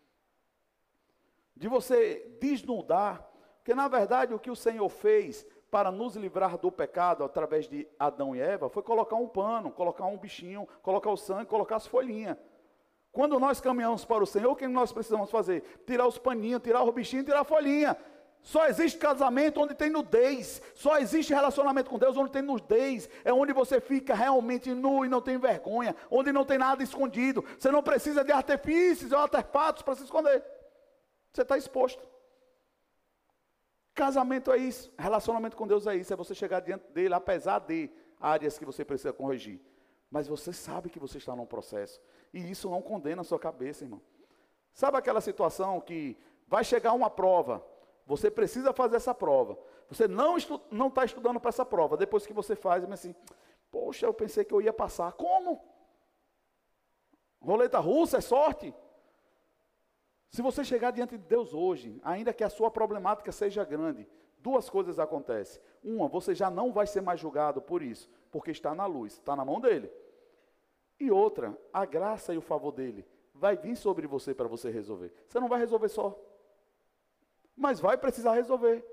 Speaker 1: De você desnudar. Porque na verdade o que o Senhor fez para nos livrar do pecado através de Adão e Eva foi colocar um pano, colocar um bichinho, colocar o sangue, colocar as folhinhas. Quando nós caminhamos para o Senhor, o que nós precisamos fazer? Tirar os paninhos, tirar os bichinhos, tirar a folhinha. Só existe casamento onde tem nudez. Só existe relacionamento com Deus onde tem nudez. É onde você fica realmente nu e não tem vergonha. Onde não tem nada escondido. Você não precisa de artifícios ou artefatos para se esconder. Você está exposto. Casamento é isso. Relacionamento com Deus é isso. É você chegar diante dele, apesar de áreas que você precisa corrigir. Mas você sabe que você está num processo. E isso não condena a sua cabeça, irmão. Sabe aquela situação que vai chegar uma prova. Você precisa fazer essa prova. Você não estu- não está estudando para essa prova. Depois que você faz, mas assim, poxa, eu pensei que eu ia passar. Como? Roleta russa é sorte? Se você chegar diante de Deus hoje, ainda que a sua problemática seja grande, duas coisas acontecem. Uma, você já não vai ser mais julgado por isso, porque está na luz, está na mão dele. E outra, a graça e o favor dele vai vir sobre você para você resolver. Você não vai resolver só. Mas vai precisar resolver.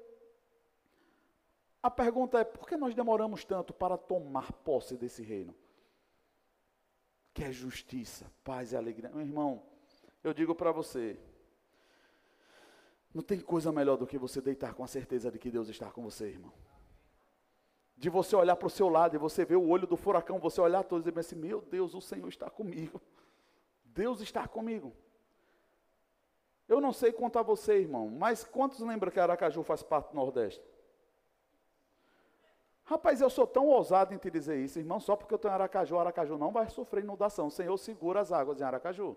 Speaker 1: A pergunta é, por que nós demoramos tanto para tomar posse desse reino? Que é justiça, paz e alegria. Meu irmão, eu digo para você, não tem coisa melhor do que você deitar com a certeza de que Deus está com você, irmão. De você olhar para o seu lado e você ver o olho do furacão, você olhar todos e dizer assim, meu Deus, o Senhor está comigo. Deus está comigo. Eu não sei quanto a você, irmão, mas quantos lembram que Aracaju faz parte do Nordeste? Rapaz, eu sou tão ousado em te dizer isso, irmão, só porque eu estou em Aracaju, Aracaju não vai sofrer inundação. O Senhor segura as águas em Aracaju.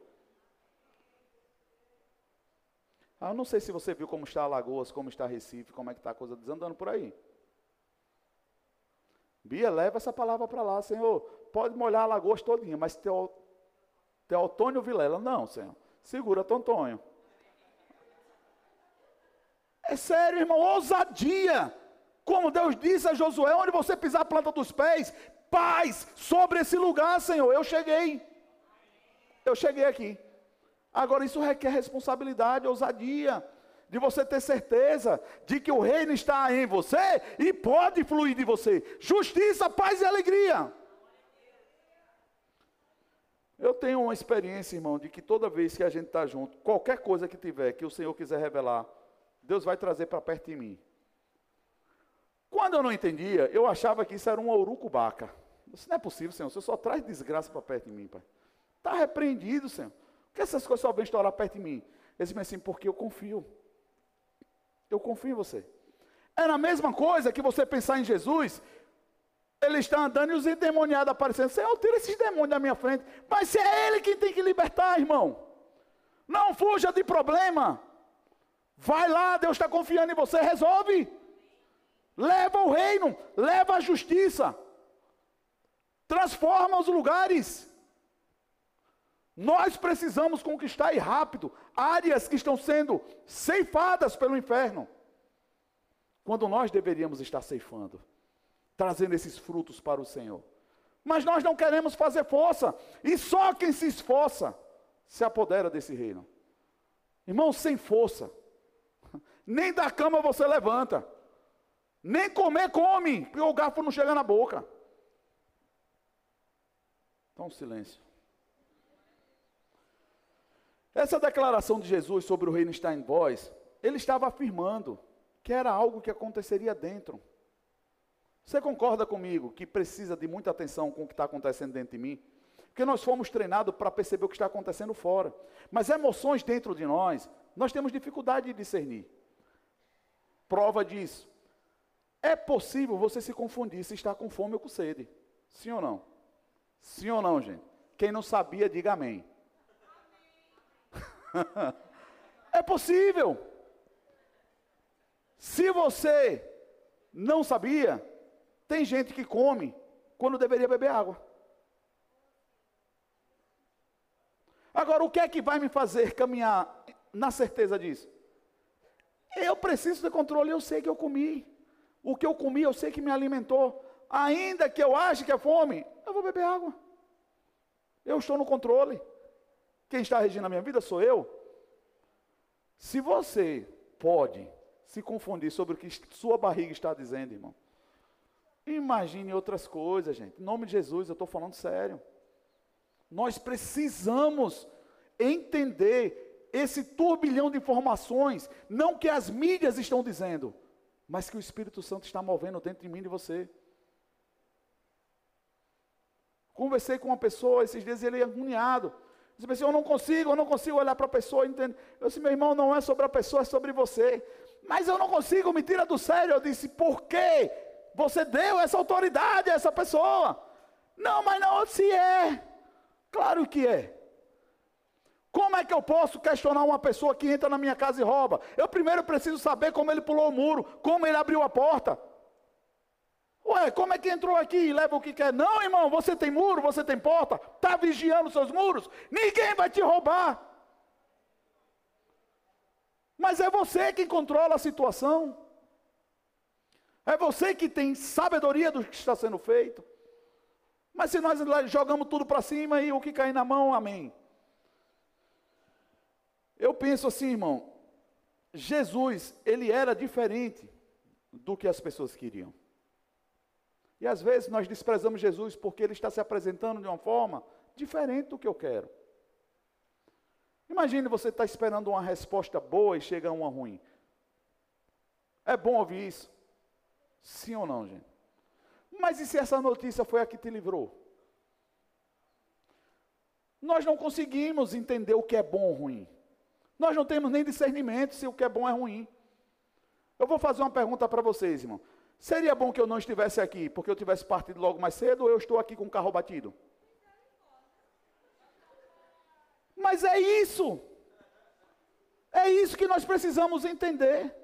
Speaker 1: Ah, eu não sei se você viu como está Alagoas, como está Recife, como é que está a coisa desandando por aí. Bia, leva essa palavra para lá, Senhor, pode molhar Alagoas todinha, mas teu, teu Antônio Vilela, não, Senhor, segura teu Antônio. É sério, irmão, ousadia. Como Deus disse a Josué, onde você pisar a planta dos pés, paz sobre esse lugar, Senhor. Eu cheguei. Eu cheguei aqui. Agora isso requer responsabilidade, ousadia, de você ter certeza de que o reino está em você e pode fluir de você. Justiça, paz e alegria. Eu tenho uma experiência, irmão, de que toda vez que a gente está junto, qualquer coisa que tiver, que o Senhor quiser revelar, Deus vai trazer para perto de mim. Quando eu não entendia, eu achava que isso era uma urucubaca. Isso não é possível, Senhor. Você só traz desgraça para perto de mim, Pai. Está repreendido, Senhor. Por que essas coisas só vêm estourar perto de mim? Ele disse assim, porque eu confio. Eu confio em você. É a mesma coisa que você pensar em Jesus. Ele está andando e os endemoniados aparecendo. Senhor, tira esses demônios da minha frente. Mas se é Ele quem tem que libertar, irmão. Não fuja de problema. Vai lá, Deus está confiando em você, resolve. leva o reino, leva a justiça, transforma os lugares. Nós precisamos conquistar e rápido áreas que estão sendo ceifadas pelo inferno, quando nós deveríamos estar ceifando, trazendo esses frutos para o Senhor. Mas nós não queremos fazer força, e só quem se esforça se apodera desse reino. Irmão, sem força, nem da cama você levanta, nem comer come, porque o garfo não chega na boca. Então, silêncio. Essa declaração de Jesus sobre o reino estar em vós, ele estava afirmando que era algo que aconteceria dentro. Você concorda comigo que precisa de muita atenção com o que está acontecendo dentro de mim? Porque nós fomos treinados para perceber o que está acontecendo fora. Mas emoções dentro de nós, nós temos dificuldade de discernir. Prova disso. É possível você se confundir se está com fome ou com sede. Sim ou não? Sim ou não, gente? Quem não sabia, diga amém. É possível. Se você não sabia, tem gente que come quando deveria beber água. Agora, o que é que vai me fazer caminhar na certeza disso? Eu preciso de controle, eu sei que eu comi. O que eu comi, eu sei que me alimentou. Ainda que eu ache que é fome, eu vou beber água. Eu estou no controle. Quem está regindo a minha vida sou eu. Se você pode se confundir sobre o que sua barriga está dizendo, irmão, imagine outras coisas, gente. Em nome de Jesus, eu estou falando sério. Nós precisamos entender esse turbilhão de informações, não que as mídias estão dizendo, mas que o Espírito Santo está movendo dentro de mim e de você. Conversei com uma pessoa esses dias, ele é agoniado. Eu disse, eu não consigo, eu não consigo olhar para a pessoa, entende? Eu disse, meu irmão, não é sobre a pessoa, é sobre você. Mas eu não consigo, me tira do sério. Eu disse, por quê? Você deu essa autoridade a essa pessoa. Não, mas não, se é. Claro que é. Como é que eu posso questionar uma pessoa que entra na minha casa e rouba? Eu primeiro preciso saber como ele pulou o muro, como ele abriu a porta. Ué, como é que entrou aqui e leva o que quer? Não, irmão, você tem muro, você tem porta, está vigiando seus muros, ninguém vai te roubar. Mas é você quem controla a situação. É você que tem sabedoria do que está sendo feito. Mas se nós jogamos tudo para cima e o que cair na mão, amém. Eu penso assim, irmão, Jesus, ele era diferente do que as pessoas queriam. E às vezes nós desprezamos Jesus porque ele está se apresentando de uma forma diferente do que eu quero. Imagine você estar esperando uma resposta boa e chega uma ruim. É bom ouvir isso? Sim ou não, gente? Mas e se essa notícia foi a que te livrou? Nós não conseguimos entender o que é bom ou ruim. Nós não temos nem discernimento se o que é bom é ruim. Eu vou fazer uma pergunta para vocês, irmão. Seria bom que eu não estivesse aqui, porque eu tivesse partido logo mais cedo, ou eu estou aqui com o carro batido? Mas é isso. É isso que nós precisamos entender.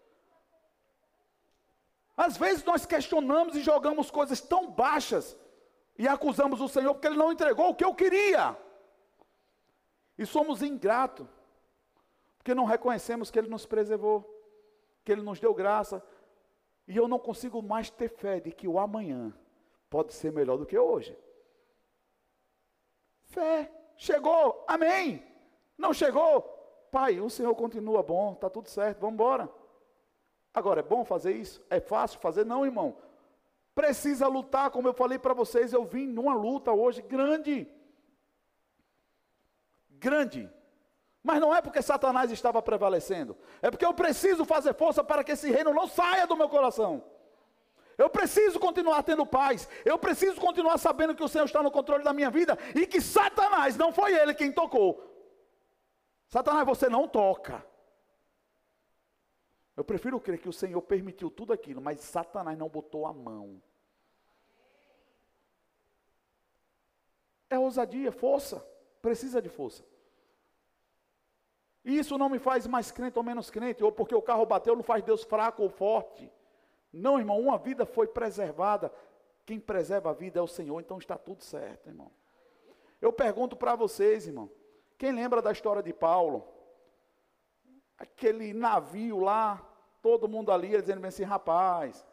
Speaker 1: Às vezes nós questionamos e jogamos coisas tão baixas, e acusamos o Senhor porque Ele não entregou o que eu queria. E somos ingratos, porque não reconhecemos que Ele nos preservou, que Ele nos deu graça. E eu não consigo mais ter fé de que o amanhã pode ser melhor do que hoje. Fé. Chegou, amém. Não chegou, Pai, o Senhor continua bom, está tudo certo, vamos embora. Agora, é bom fazer isso? É fácil fazer? Não, irmão. Precisa lutar, como eu falei para vocês, eu vim numa luta hoje grande. Grande. Mas não é porque Satanás estava prevalecendo. É porque eu preciso fazer força para que esse reino não saia do meu coração. Eu preciso continuar tendo paz. Eu preciso continuar sabendo que o Senhor está no controle da minha vida. E que Satanás, não foi ele quem tocou. Satanás, você não toca. Eu prefiro crer que o Senhor permitiu tudo aquilo, mas Satanás não botou a mão. É ousadia, força. Precisa de força. E isso não me faz mais crente ou menos crente, ou porque o carro bateu não faz Deus fraco ou forte. Não, irmão, uma vida foi preservada. Quem preserva a vida é o Senhor, então está tudo certo, irmão. Eu pergunto para vocês, irmão, quem lembra da história de Paulo? Aquele navio lá, todo mundo ali, dizendo assim, rapaz.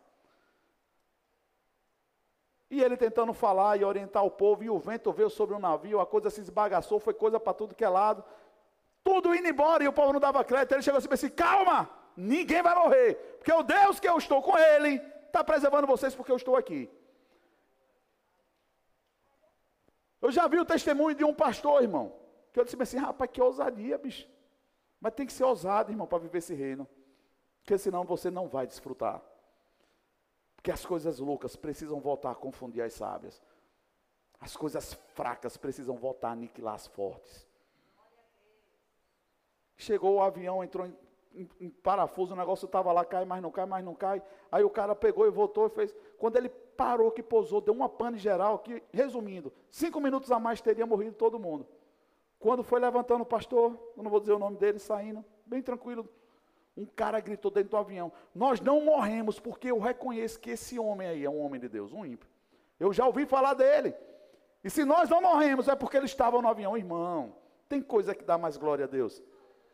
Speaker 1: E ele tentando falar e orientar o povo, e o vento veio sobre o navio, a coisa se esbagaçou, foi coisa para tudo que é lado. Tudo indo embora, e o povo não dava crédito. Ele chegou assim e disse, calma, ninguém vai morrer, porque o Deus que eu estou com ele, está preservando vocês porque eu estou aqui. Eu já vi o testemunho de um pastor, irmão, que eu disse assim, rapaz, que ousadia, bicho. Mas tem que ser ousado, irmão, para viver esse reino. Porque senão você não vai desfrutar. Porque as coisas loucas precisam voltar a confundir as sábias. As coisas fracas precisam voltar a aniquilar as fortes. Chegou o avião, entrou em, em, em parafuso, o negócio estava lá, cai, mas não cai, mas não cai. Aí o cara pegou e voltou e fez. Quando ele parou, que pousou, deu uma pane geral, que, resumindo, cinco minutos a mais teria morrido todo mundo. Quando foi levantando o pastor, eu não vou dizer o nome dele, saindo, bem tranquilo, um cara gritou dentro do avião, nós não morremos porque eu reconheço que esse homem aí é um homem de Deus, um ímpio. Eu já ouvi falar dele. E se nós não morremos é porque ele estava no avião. Irmão, tem coisa que dá mais glória a Deus.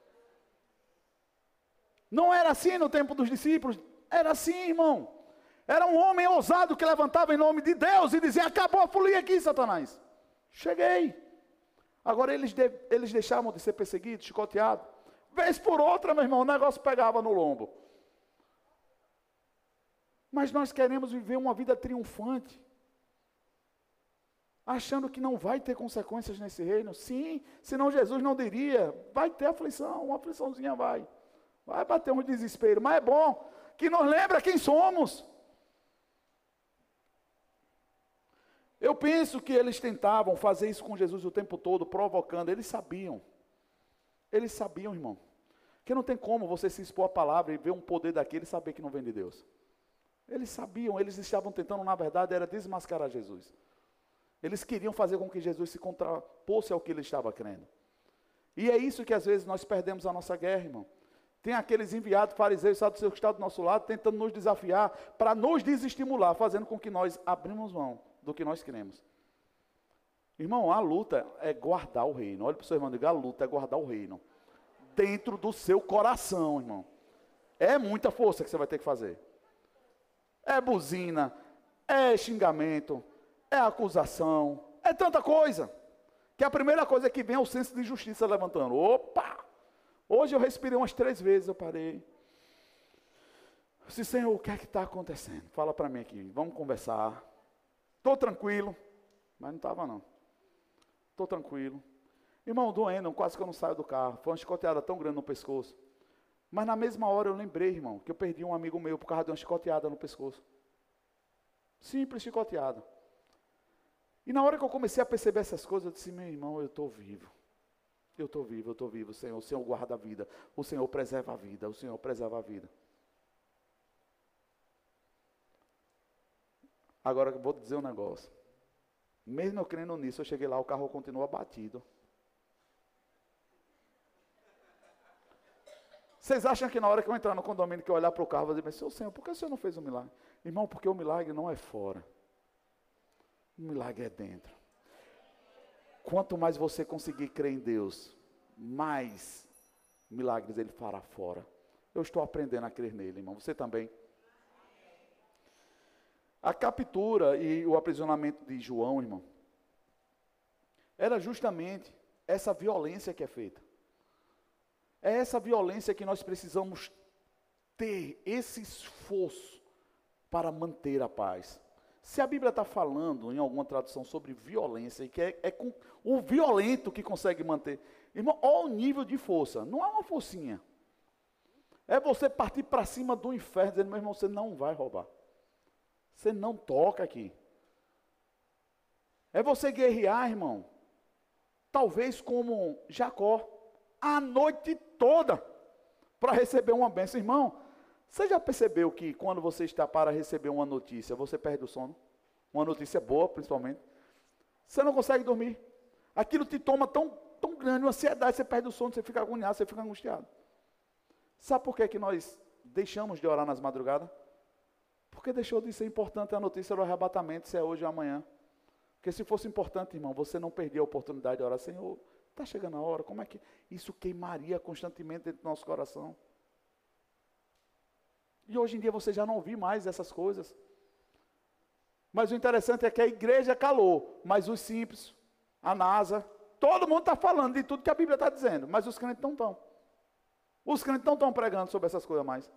Speaker 1: Não era assim no tempo dos discípulos, era assim, irmão. Era um homem ousado que levantava em nome de Deus e dizia, acabou a folia aqui, Satanás. Cheguei. Agora eles, de, eles deixavam de ser perseguidos, chicoteados. Vez por outra, meu irmão, o negócio pegava no lombo. Mas nós queremos viver uma vida triunfante. Achando que não vai ter consequências nesse reino. Sim, senão Jesus não diria, vai ter aflição, uma afliçãozinha vai. Vai bater um desespero, mas é bom que nos lembra quem somos. Eu penso que eles tentavam fazer isso com Jesus o tempo todo, provocando. Eles sabiam. Eles sabiam, irmão. Que não tem como você se expor à palavra e ver um poder daquele e saber que não vem de Deus. Eles sabiam, eles estavam tentando, na verdade, era desmascarar Jesus. Eles queriam fazer com que Jesus se contrapôsse ao que ele estava crendo. E é isso que às vezes nós perdemos a nossa guerra, irmão. Tem aqueles enviados fariseus, saduceus que estão do nosso lado, tentando nos desafiar, para nos desestimular, fazendo com que nós abrimos mão do que nós queremos. Irmão, a luta é guardar o reino. Olha para o seu irmão e diga, a luta é guardar o reino. Dentro do seu coração, irmão. É muita força que você vai ter que fazer. É buzina, é xingamento, é acusação, é tanta coisa. Que a primeira coisa que vem é o senso de justiça levantando. Opa! Hoje eu respirei umas três vezes, eu parei. Eu disse, Senhor, o que é que está acontecendo? Fala para mim aqui, vamos conversar. Estou tranquilo, mas não estava não. Estou tranquilo. Irmão, doendo, quase que eu não saio do carro. Foi uma chicoteada tão grande no pescoço. Mas na mesma hora eu lembrei, irmão, que eu perdi um amigo meu por causa de uma chicoteada no pescoço. Simples chicoteada. E na hora que eu comecei a perceber essas coisas, eu disse, meu irmão, eu estou vivo. Eu estou vivo, eu estou vivo, Senhor. O Senhor guarda a vida. O Senhor preserva a vida. O Senhor preserva a vida. Agora eu vou dizer um negócio. Mesmo eu crendo nisso, eu cheguei lá, o carro continua batido. Vocês acham que na hora que eu entrar no condomínio, que eu olhar para o carro, eu vou dizer, Senhor, Senhor, por que o Senhor não fez um milagre? Irmão, porque o milagre não é fora. O milagre é dentro. Quanto mais você conseguir crer em Deus, mais milagres Ele fará fora. Eu estou aprendendo a crer nele, irmão. Você também? A captura e o aprisionamento de João, irmão, era justamente essa violência que é feita. É essa violência que nós precisamos ter, esse esforço para manter a paz. Se a Bíblia está falando, em alguma tradução, sobre violência, e que é, é com o violento que consegue manter. Irmão, olha o nível de força. Não é uma forcinha. É você partir para cima do inferno, dizendo, meu irmão, você não vai roubar. Você não toca aqui. É você guerrear, irmão. Talvez como Jacó, a noite toda, para receber uma bênção. Irmão, você já percebeu que quando você está para receber uma notícia, você perde o sono? Uma notícia boa, principalmente. Você não consegue dormir. Aquilo te toma tão, tão grande, uma ansiedade, você perde o sono, você fica agoniado, você fica angustiado. Sabe por que, que nós deixamos de orar nas madrugadas? Porque deixou de ser importante a notícia do arrebatamento, se é hoje ou amanhã. Porque se fosse importante, irmão, você não perdia a oportunidade de orar, Senhor, está chegando a hora, como é que isso queimaria constantemente dentro do nosso coração? E hoje em dia você já não ouve mais essas coisas. Mas o interessante é que a igreja calou, mas os simples, a NASA, todo mundo está falando de tudo que a Bíblia está dizendo, mas os crentes não estão. Os crentes não estão pregando sobre essas coisas mais.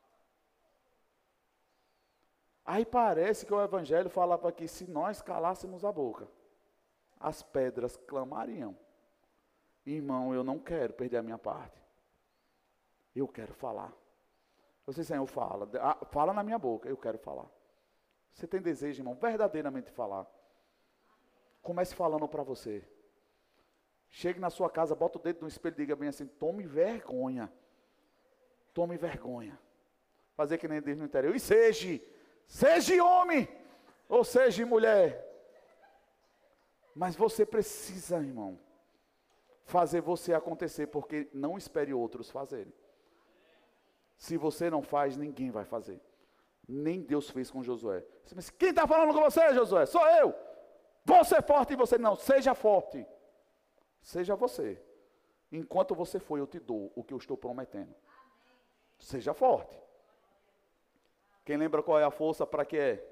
Speaker 1: Aí parece que o Evangelho falava que se nós calássemos a boca, as pedras clamariam. Irmão, eu não quero perder a minha parte. Eu quero falar. Você, Senhor, fala. Fala na minha boca, eu quero falar. Você tem desejo, irmão, verdadeiramente de falar. Comece falando para você. Chegue na sua casa, bota o dedo no espelho e diga bem assim, tome vergonha. Tome vergonha. Fazer que nem diz no interior. E seja, seja homem, ou seja mulher. Mas você precisa, irmão, fazer você acontecer, porque não espere outros fazerem. Se você não faz, ninguém vai fazer. Nem Deus fez com Josué. Você pensa, quem está falando com você, Josué? Sou eu. Vou ser forte e você não. Seja forte. Seja você. Enquanto você for, eu te dou o que eu estou prometendo. Seja forte. Quem lembra qual é a força para que é?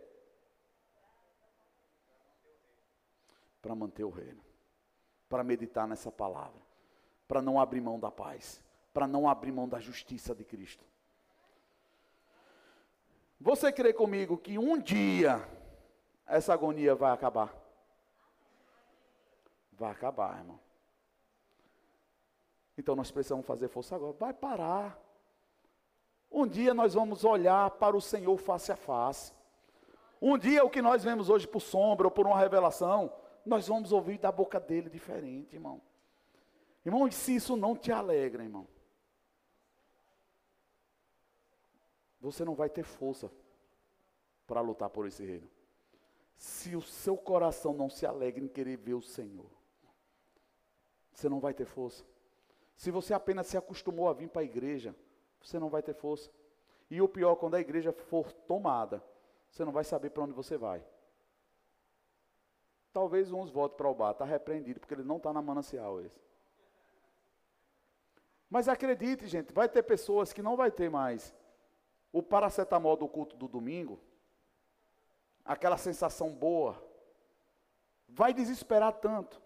Speaker 1: Para manter o reino. Para meditar nessa palavra. Para não abrir mão da paz. Para não abrir mão da justiça de Cristo. Você crê comigo que um dia essa agonia vai acabar? Vai acabar, irmão. Então nós precisamos fazer força agora. Vai parar. Um dia nós vamos olhar para o Senhor face a face. Um dia o que nós vemos hoje por sombra ou por uma revelação, nós vamos ouvir da boca dele diferente, irmão. Irmão, e se isso não te alegra, irmão, você não vai ter força para lutar por esse reino. Se o seu coração não se alegra em querer ver o Senhor, você não vai ter força. Se você apenas se acostumou a vir para a igreja, você não vai ter força. E o pior, quando a igreja for tomada, você não vai saber para onde você vai. Talvez uns voltem para o bar, está repreendido, porque ele não está na manancial esse. Mas acredite, gente, vai ter pessoas que não vai ter mais o paracetamol do culto do domingo, aquela sensação boa, vai desesperar tanto,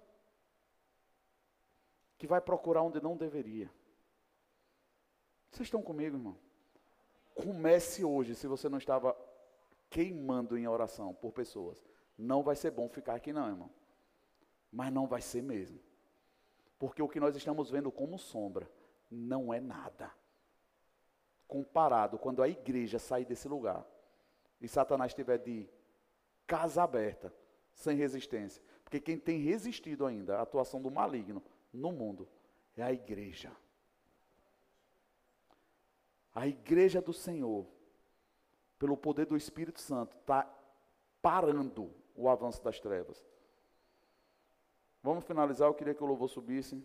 Speaker 1: que vai procurar onde não deveria. Vocês estão comigo, irmão? Comece hoje, se você não estava queimando em oração por pessoas. Não vai ser bom ficar aqui não, irmão. Mas não vai ser mesmo. Porque o que nós estamos vendo como sombra, não é nada. Comparado, quando a igreja sair desse lugar, e Satanás estiver de casa aberta, sem resistência. Porque quem tem resistido ainda à atuação do maligno no mundo, é a igreja. A igreja do Senhor, pelo poder do Espírito Santo, está parando o avanço das trevas. Vamos finalizar, eu queria que o louvor subisse.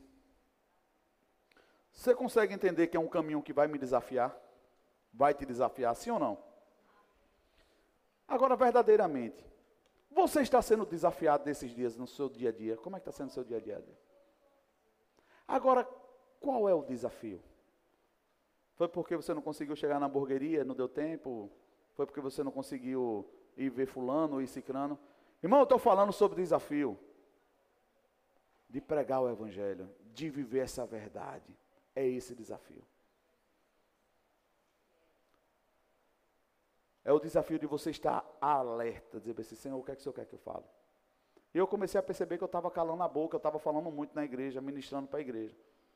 Speaker 1: Você consegue entender que é um caminho que vai me desafiar? Vai te desafiar, sim ou não? Agora, verdadeiramente, você está sendo desafiado desses dias no seu dia a dia? Como é que está sendo o seu dia a dia? Agora, qual é o desafio? Foi porque você não conseguiu chegar na hamburgueria, não deu tempo? Foi porque você não conseguiu ir ver fulano ou ir ciclano? Irmão, eu estou falando sobre desafio de pregar o evangelho, de viver essa verdade. É esse desafio. É o desafio de você estar alerta, dizer assim, Senhor, o que é que o Senhor quer que eu fale? E eu comecei a perceber que eu estava calando a boca, eu estava falando muito na igreja, ministrando para a igreja.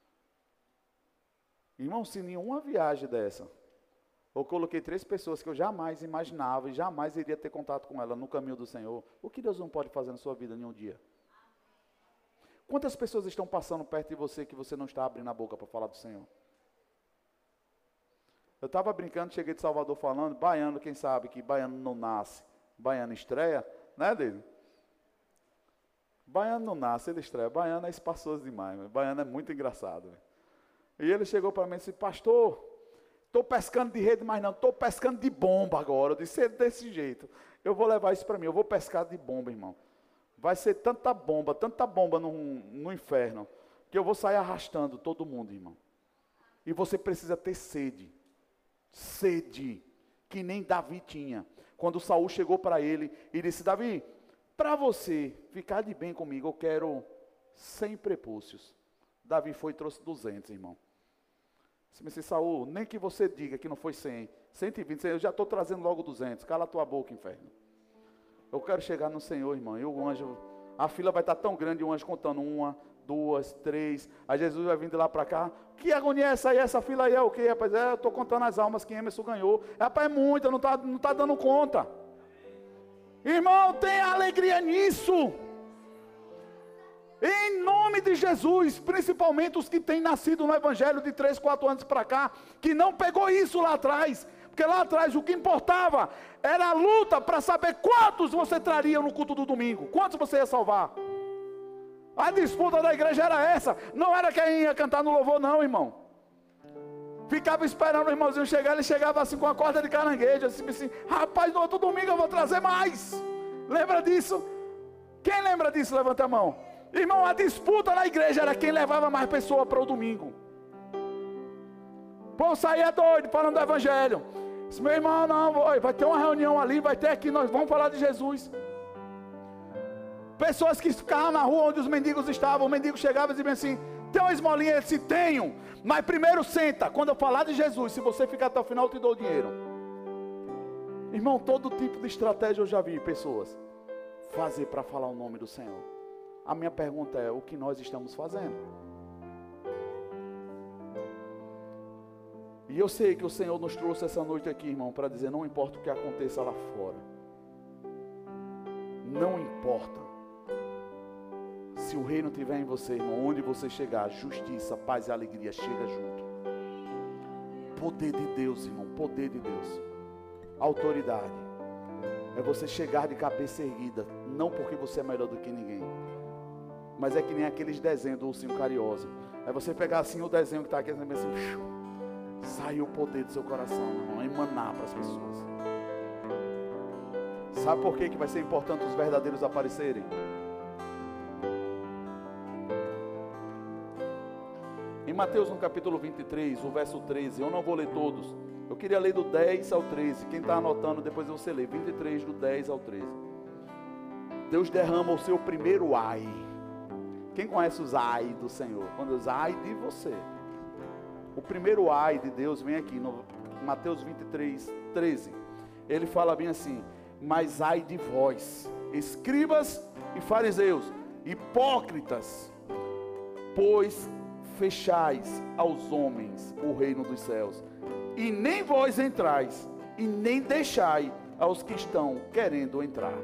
Speaker 1: Irmão, se nenhuma viagem dessa, eu coloquei três pessoas que eu jamais imaginava e jamais iria ter contato com ela no caminho do Senhor, o que Deus não pode fazer na sua vida em um dia? Quantas pessoas estão passando perto de você que você não está abrindo a boca para falar do Senhor? Eu estava brincando, cheguei de Salvador falando, baiano, quem sabe que baiano não nasce, baiano estreia, né, dele? Baiano não nasce, ele estreia. Baiano é espaçoso demais, baiano é muito engraçado. Véio. E ele chegou para mim e disse, pastor, estou pescando de rede, mas não, estou pescando de bomba agora. Eu disse, desse jeito, eu vou levar isso para mim, eu vou pescar de bomba, irmão. Vai ser tanta bomba, tanta bomba no, no inferno, que eu vou sair arrastando todo mundo, irmão. E você precisa ter sede, sede, que nem Davi tinha. Quando Saul chegou para ele e disse, Davi, para você ficar de bem comigo, eu quero cem prepúcios. Davi foi e trouxe duzentos, irmão. Você me disse, Saul, nem que você diga que não foi cem, cento e vinte, eu já estou trazendo logo duzentos, cala a tua boca, inferno. Eu quero chegar no Senhor, irmão, e o anjo, a fila vai estar tão grande, o anjo contando uma, duas, três, aí Jesus vai vindo lá para cá, que agonia é essa aí, essa fila aí é o quê, rapaz? É, eu estou contando as almas que Emerson ganhou, rapaz, é muita, não está não tá dando conta. Irmão, tenha alegria nisso. Em nome de Jesus, principalmente os que têm nascido no Evangelho de três, quatro anos para cá, que não pegou isso lá atrás, porque lá atrás o que importava era a luta para saber quantos você traria no culto do domingo, quantos você ia salvar. A disputa da igreja era essa, não era quem ia cantar no louvor não, irmão. Ficava esperando o irmãozinho chegar, ele chegava assim com a corda de caranguejo, assim, assim, rapaz, no outro domingo eu vou trazer mais. Lembra disso? Quem lembra disso? Levanta a mão. Irmão, a disputa na igreja era quem levava mais pessoas para o domingo. O povo saía doido falando do evangelho. Disse, meu irmão, não, vai ter uma reunião ali, vai ter aqui, nós vamos falar de Jesus. Pessoas que ficavam na rua onde os mendigos estavam, o mendigo chegava e dizia assim, tem uma esmolinha? Ele disse, tenho, mas primeiro senta, quando eu falar de Jesus, se você ficar até o final eu te dou o dinheiro. Irmão, todo tipo de estratégia eu já vi pessoas fazer para falar o nome do Senhor. A minha pergunta é, o que nós estamos fazendo? E eu sei que o Senhor nos trouxe essa noite aqui, irmão, para dizer, não importa o que aconteça lá fora. Não importa. Se o reino estiver em você, irmão, onde você chegar, justiça, paz e alegria, chega junto. Poder de Deus, irmão, poder de Deus. Autoridade. É você chegar de cabeça erguida, não porque você é melhor do que ninguém, mas é que nem aqueles desenhos do ursinho carinhoso. É você pegar assim o desenho que está aqui, assim, sai o poder do seu coração, irmão, emanar para as pessoas. Sabe por que que vai ser importante os verdadeiros aparecerem? Em Mateus no capítulo vinte e três, o verso treze, eu não vou ler todos, eu queria ler do dez ao treze, quem está anotando depois você lê, vinte e três do dez ao treze. Deus derrama o seu primeiro ai. Quem conhece os ai do Senhor? Quando diz ai de você. O primeiro ai de Deus vem aqui no Mateus vinte e três, treze. Ele fala bem assim, mas ai de vós, escribas e fariseus, hipócritas, pois fechais aos homens o reino dos céus, e nem vós entrais, e nem deixai aos que estão querendo entrar.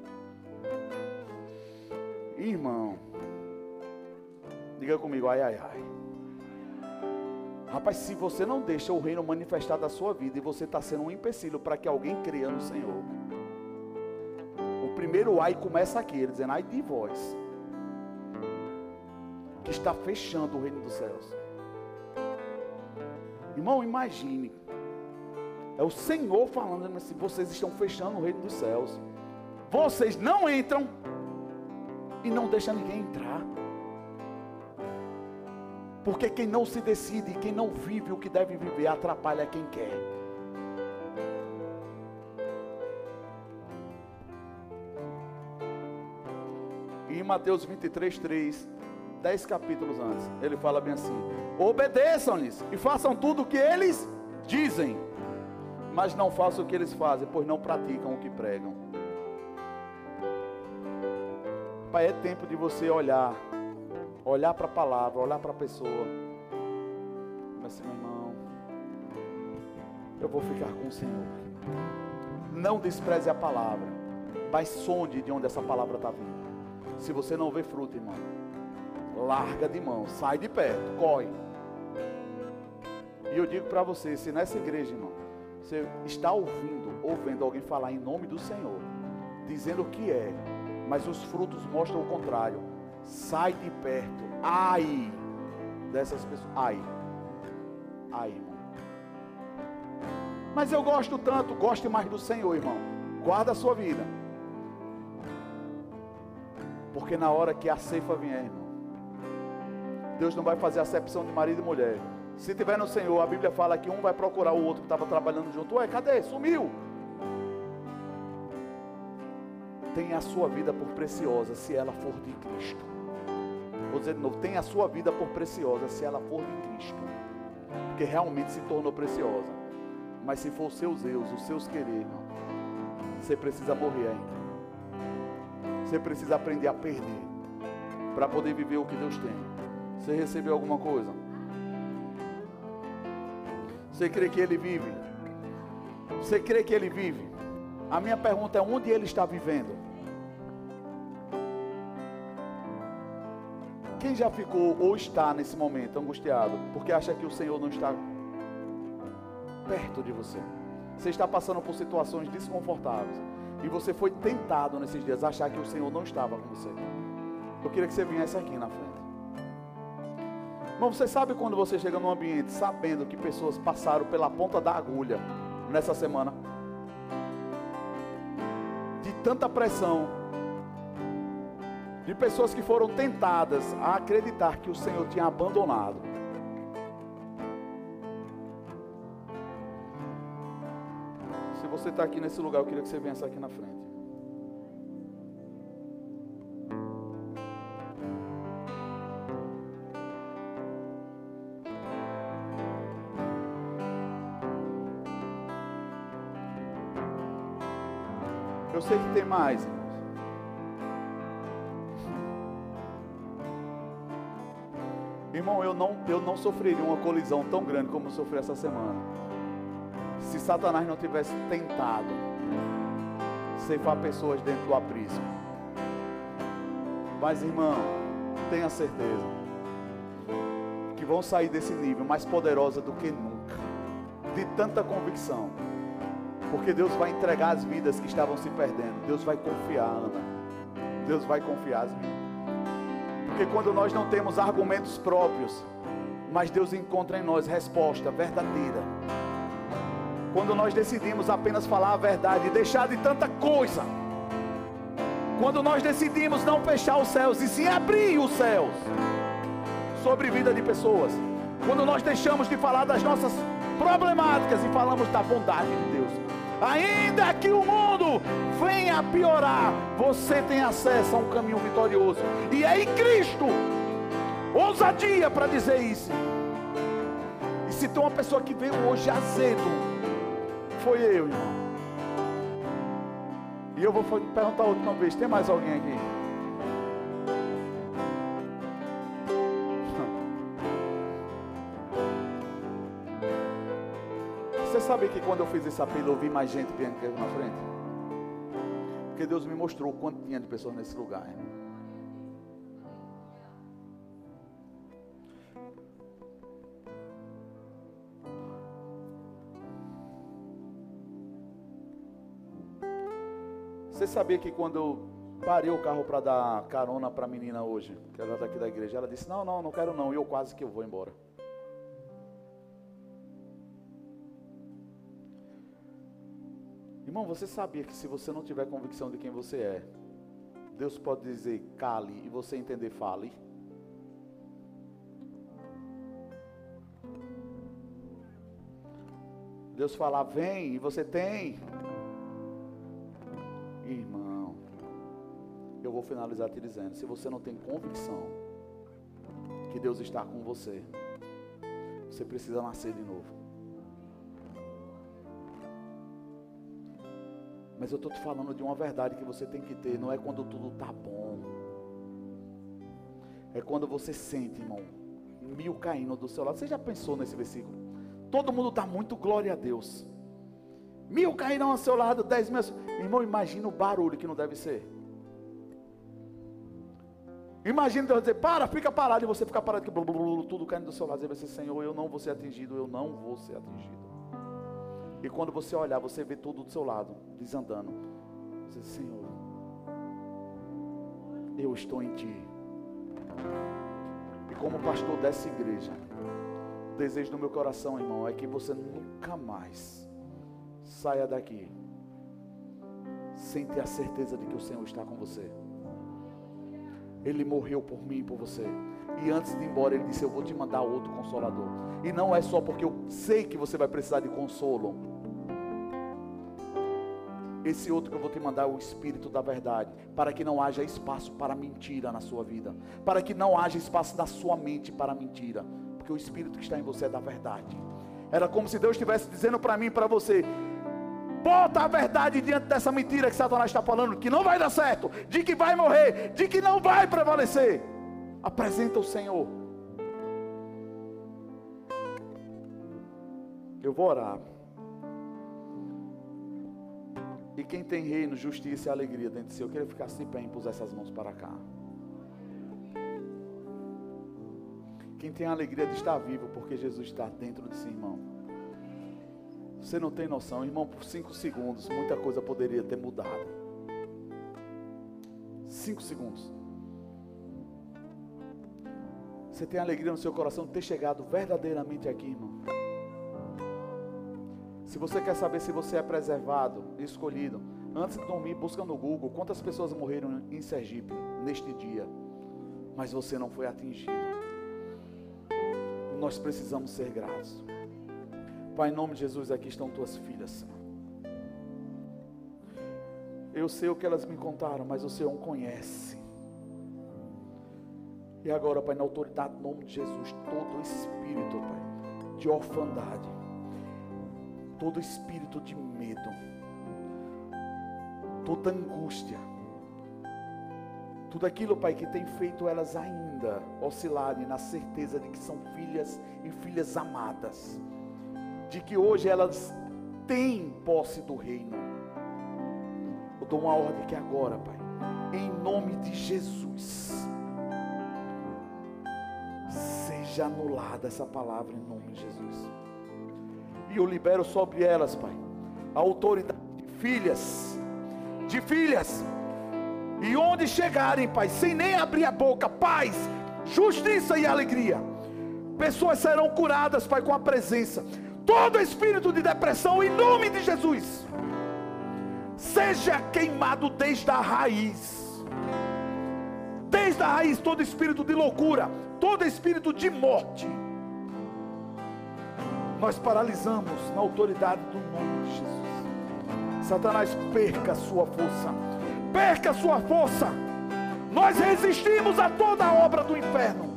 Speaker 1: Irmão, diga comigo, ai, ai, ai. Rapaz, se você não deixa o reino manifestar da sua vida, e você está sendo um empecilho para que alguém creia no Senhor. O primeiro ai começa aqui, ele dizendo, ai de vós, que está fechando o reino dos céus. Irmão, imagine, é o Senhor falando assim, vocês estão fechando o reino dos céus, vocês não entram, e não deixam ninguém entrar, porque quem não se decide, quem não vive o que deve viver, atrapalha quem quer. E em Mateus vinte e três, três, dez capítulos antes, ele fala bem assim, obedeçam-lhes e façam tudo o que eles dizem, mas não façam o que eles fazem, pois não praticam o que pregam. Pai, é tempo de você olhar, olhar para a palavra, olhar para a pessoa, mas assim, meu irmão, eu vou ficar com o Senhor. Não despreze a palavra, mas sonde de onde essa palavra está vindo. Se você não vê fruto, irmão, larga de mão, sai de perto, corre. E eu digo para você, se nessa igreja, irmão, você está ouvindo, ou vendo alguém falar em nome do Senhor, dizendo o que é, mas os frutos mostram o contrário, sai de perto, ai, dessas pessoas, ai, ai, irmão, Mas eu gosto tanto. Goste mais do Senhor, irmão. Guarda a sua vida. Porque na hora que a ceifa vier, irmão, Deus não vai fazer acepção de marido e mulher. Se tiver no Senhor, a Bíblia fala que um vai procurar o outro que estava trabalhando junto. Ué, cadê? Sumiu. Tenha a sua vida por preciosa se ela for de Cristo. Vou dizer de novo, tenha a sua vida por preciosa se ela for de Cristo. Porque realmente se tornou preciosa. Mas se for os seus eus, os seus querer, irmão, você precisa morrer ainda. Você precisa aprender a perder para poder viver o que Deus tem. Você recebeu alguma coisa? Você crê que Ele vive? Você crê que Ele vive? A minha pergunta é: onde Ele está vivendo? Quem já ficou ou está nesse momento angustiado porque acha que o Senhor não está perto de você? Você está passando por situações desconfortáveis e você foi tentado nesses dias a achar que o Senhor não estava com você. Eu queria que você viesse aqui na frente. Irmão, você sabe quando você chega num ambiente sabendo que pessoas passaram pela ponta da agulha nessa semana? De tanta pressão, de pessoas que foram tentadas a acreditar que o Senhor tinha abandonado. Se você está aqui nesse lugar, eu queria que você viesse aqui na frente. Eu sei que tem mais, irmãos. Irmão, eu não, eu não sofreria uma colisão tão grande como eu sofri essa semana se Satanás não tivesse tentado ceifar pessoas dentro do aprisco. Mas, irmão, tenha certeza que vão sair desse nível mais poderosa do que nunca, de tanta convicção. Porque Deus vai entregar as vidas que estavam se perdendo. Deus vai confiar, Ana. Deus vai confiar as vidas. Porque quando nós não temos argumentos próprios, mas Deus encontra em nós resposta verdadeira. Quando nós decidimos apenas falar a verdade e deixar de tanta coisa. Quando nós decidimos não fechar os céus e sim abrir os céus sobre a vida de pessoas. Quando nós deixamos de falar das nossas problemáticas e falamos da bondade de Deus. Ainda que o mundo venha a piorar, você tem acesso a um caminho vitorioso. E é em Cristo. Ousadia para dizer isso. E se tem uma pessoa que veio hoje azedo, foi eu, irmão. E eu vou perguntar a última vez: tem mais alguém aqui? Você sabe que quando eu fiz esse apelo, eu vi mais gente vindo aqui na frente? Porque Deus me mostrou o quanto tinha de pessoas nesse lugar, irmão. Você sabia que quando eu parei o carro para dar carona para a menina hoje, que ela está aqui da igreja, ela disse: não, não, não quero não, e eu quase que eu vou embora. Irmão, você sabia que se você não tiver convicção de quem você é, Deus pode dizer cale e você entender fale? Deus falar vem e você tem. Irmão, eu vou finalizar te dizendo: se você não tem convicção que Deus está com você, você precisa nascer de novo. Mas eu estou te falando de uma verdade que você tem que ter. Não é quando tudo está bom. É quando você sente, irmão, mil caindo do seu lado. Você já pensou nesse versículo? Todo mundo está muito glória a Deus. Mil cairão ao seu lado, dez mil. Irmão, imagina o barulho que não deve ser. Imagina Deus dizer: para, fica parado. E você ficar parado, que blá, blá, blá, tudo caindo do seu lado. Você vai dizer: Senhor, eu não vou ser atingido. Eu não vou ser atingido. E quando você olhar, você vê tudo do seu lado, desandando. Você diz: Senhor, eu estou em Ti. E como pastor dessa igreja, o desejo do meu coração, irmão, é que você nunca mais saia daqui sem ter a certeza de que o Senhor está com você. Ele morreu por mim e por você. E antes de ir embora ele disse: eu vou te mandar outro Consolador. E não é só porque eu sei que você vai precisar de consolo. Esse outro que eu vou te mandar é o Espírito da verdade, para que não haja espaço para mentira na sua vida, para que não haja espaço na sua mente para mentira, porque o Espírito que está em você é da verdade. Era como se Deus estivesse dizendo para mim e para você: bota a verdade diante dessa mentira que Satanás está falando, que não vai dar certo, de que vai morrer, de que não vai prevalecer. Apresenta o Senhor. Eu vou orar. E quem tem reino, justiça e alegria dentro de si, eu queria ficar assim para impor essas mãos para cá. Quem tem a alegria de estar vivo, porque Jesus está dentro de si, irmão. Você não tem noção, irmão, por cinco segundos, muita coisa poderia ter mudado. Cinco segundos. Você tem alegria no seu coração de ter chegado verdadeiramente aqui, irmão. Se você quer saber se você é preservado, escolhido, antes de dormir, busca no Google quantas pessoas morreram em Sergipe neste dia, mas você não foi atingido. Nós precisamos ser gratos. Pai, em nome de Jesus, aqui estão tuas filhas. Eu sei o que elas me contaram, mas o Senhor conhece. E agora, Pai, na autoridade, em nome de Jesus, todo espírito, Pai, de orfandade, todo espírito de medo, toda angústia, tudo aquilo, Pai, que tem feito elas ainda oscilarem na certeza de que são filhas e filhas amadas, de que hoje elas têm posse do reino. Eu dou uma ordem que agora, Pai, em nome de Jesus, seja anulada essa palavra em nome de Jesus. E eu libero sobre elas, Pai, a autoridade de filhas, de filhas, e onde chegarem, Pai, sem nem abrir a boca, paz, justiça e alegria, pessoas serão curadas, Pai, com a presença. Todo espírito de depressão, em nome de Jesus, seja queimado desde a raiz, desde a raiz, todo espírito de loucura, todo espírito de morte, nós paralisamos na autoridade do nome de Jesus. Satanás, perca a sua força, perca a sua força. Nós resistimos a toda a obra do inferno.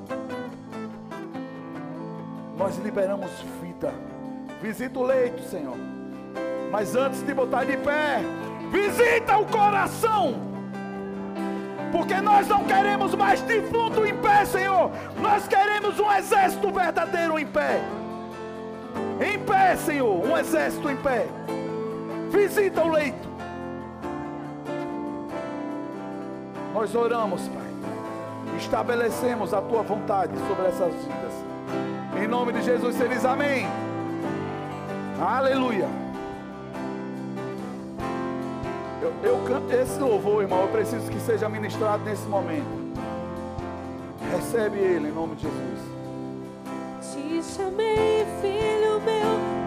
Speaker 1: Nós liberamos vida. Visita o leito, Senhor, mas antes de botar de pé, visita o coração, porque nós não queremos mais defunto em pé, Senhor. Nós queremos um exército verdadeiro em pé. Em pé, Senhor, um exército em pé. Visita o leito. Nós oramos, Pai, estabelecemos a Tua vontade sobre essas vidas. Em nome de Jesus, você diz amém. Aleluia. Eu, eu canto esse louvor, irmão. Eu preciso que seja ministrado nesse momento. Recebe ele em nome de Jesus.
Speaker 2: Te chamei, filho meu.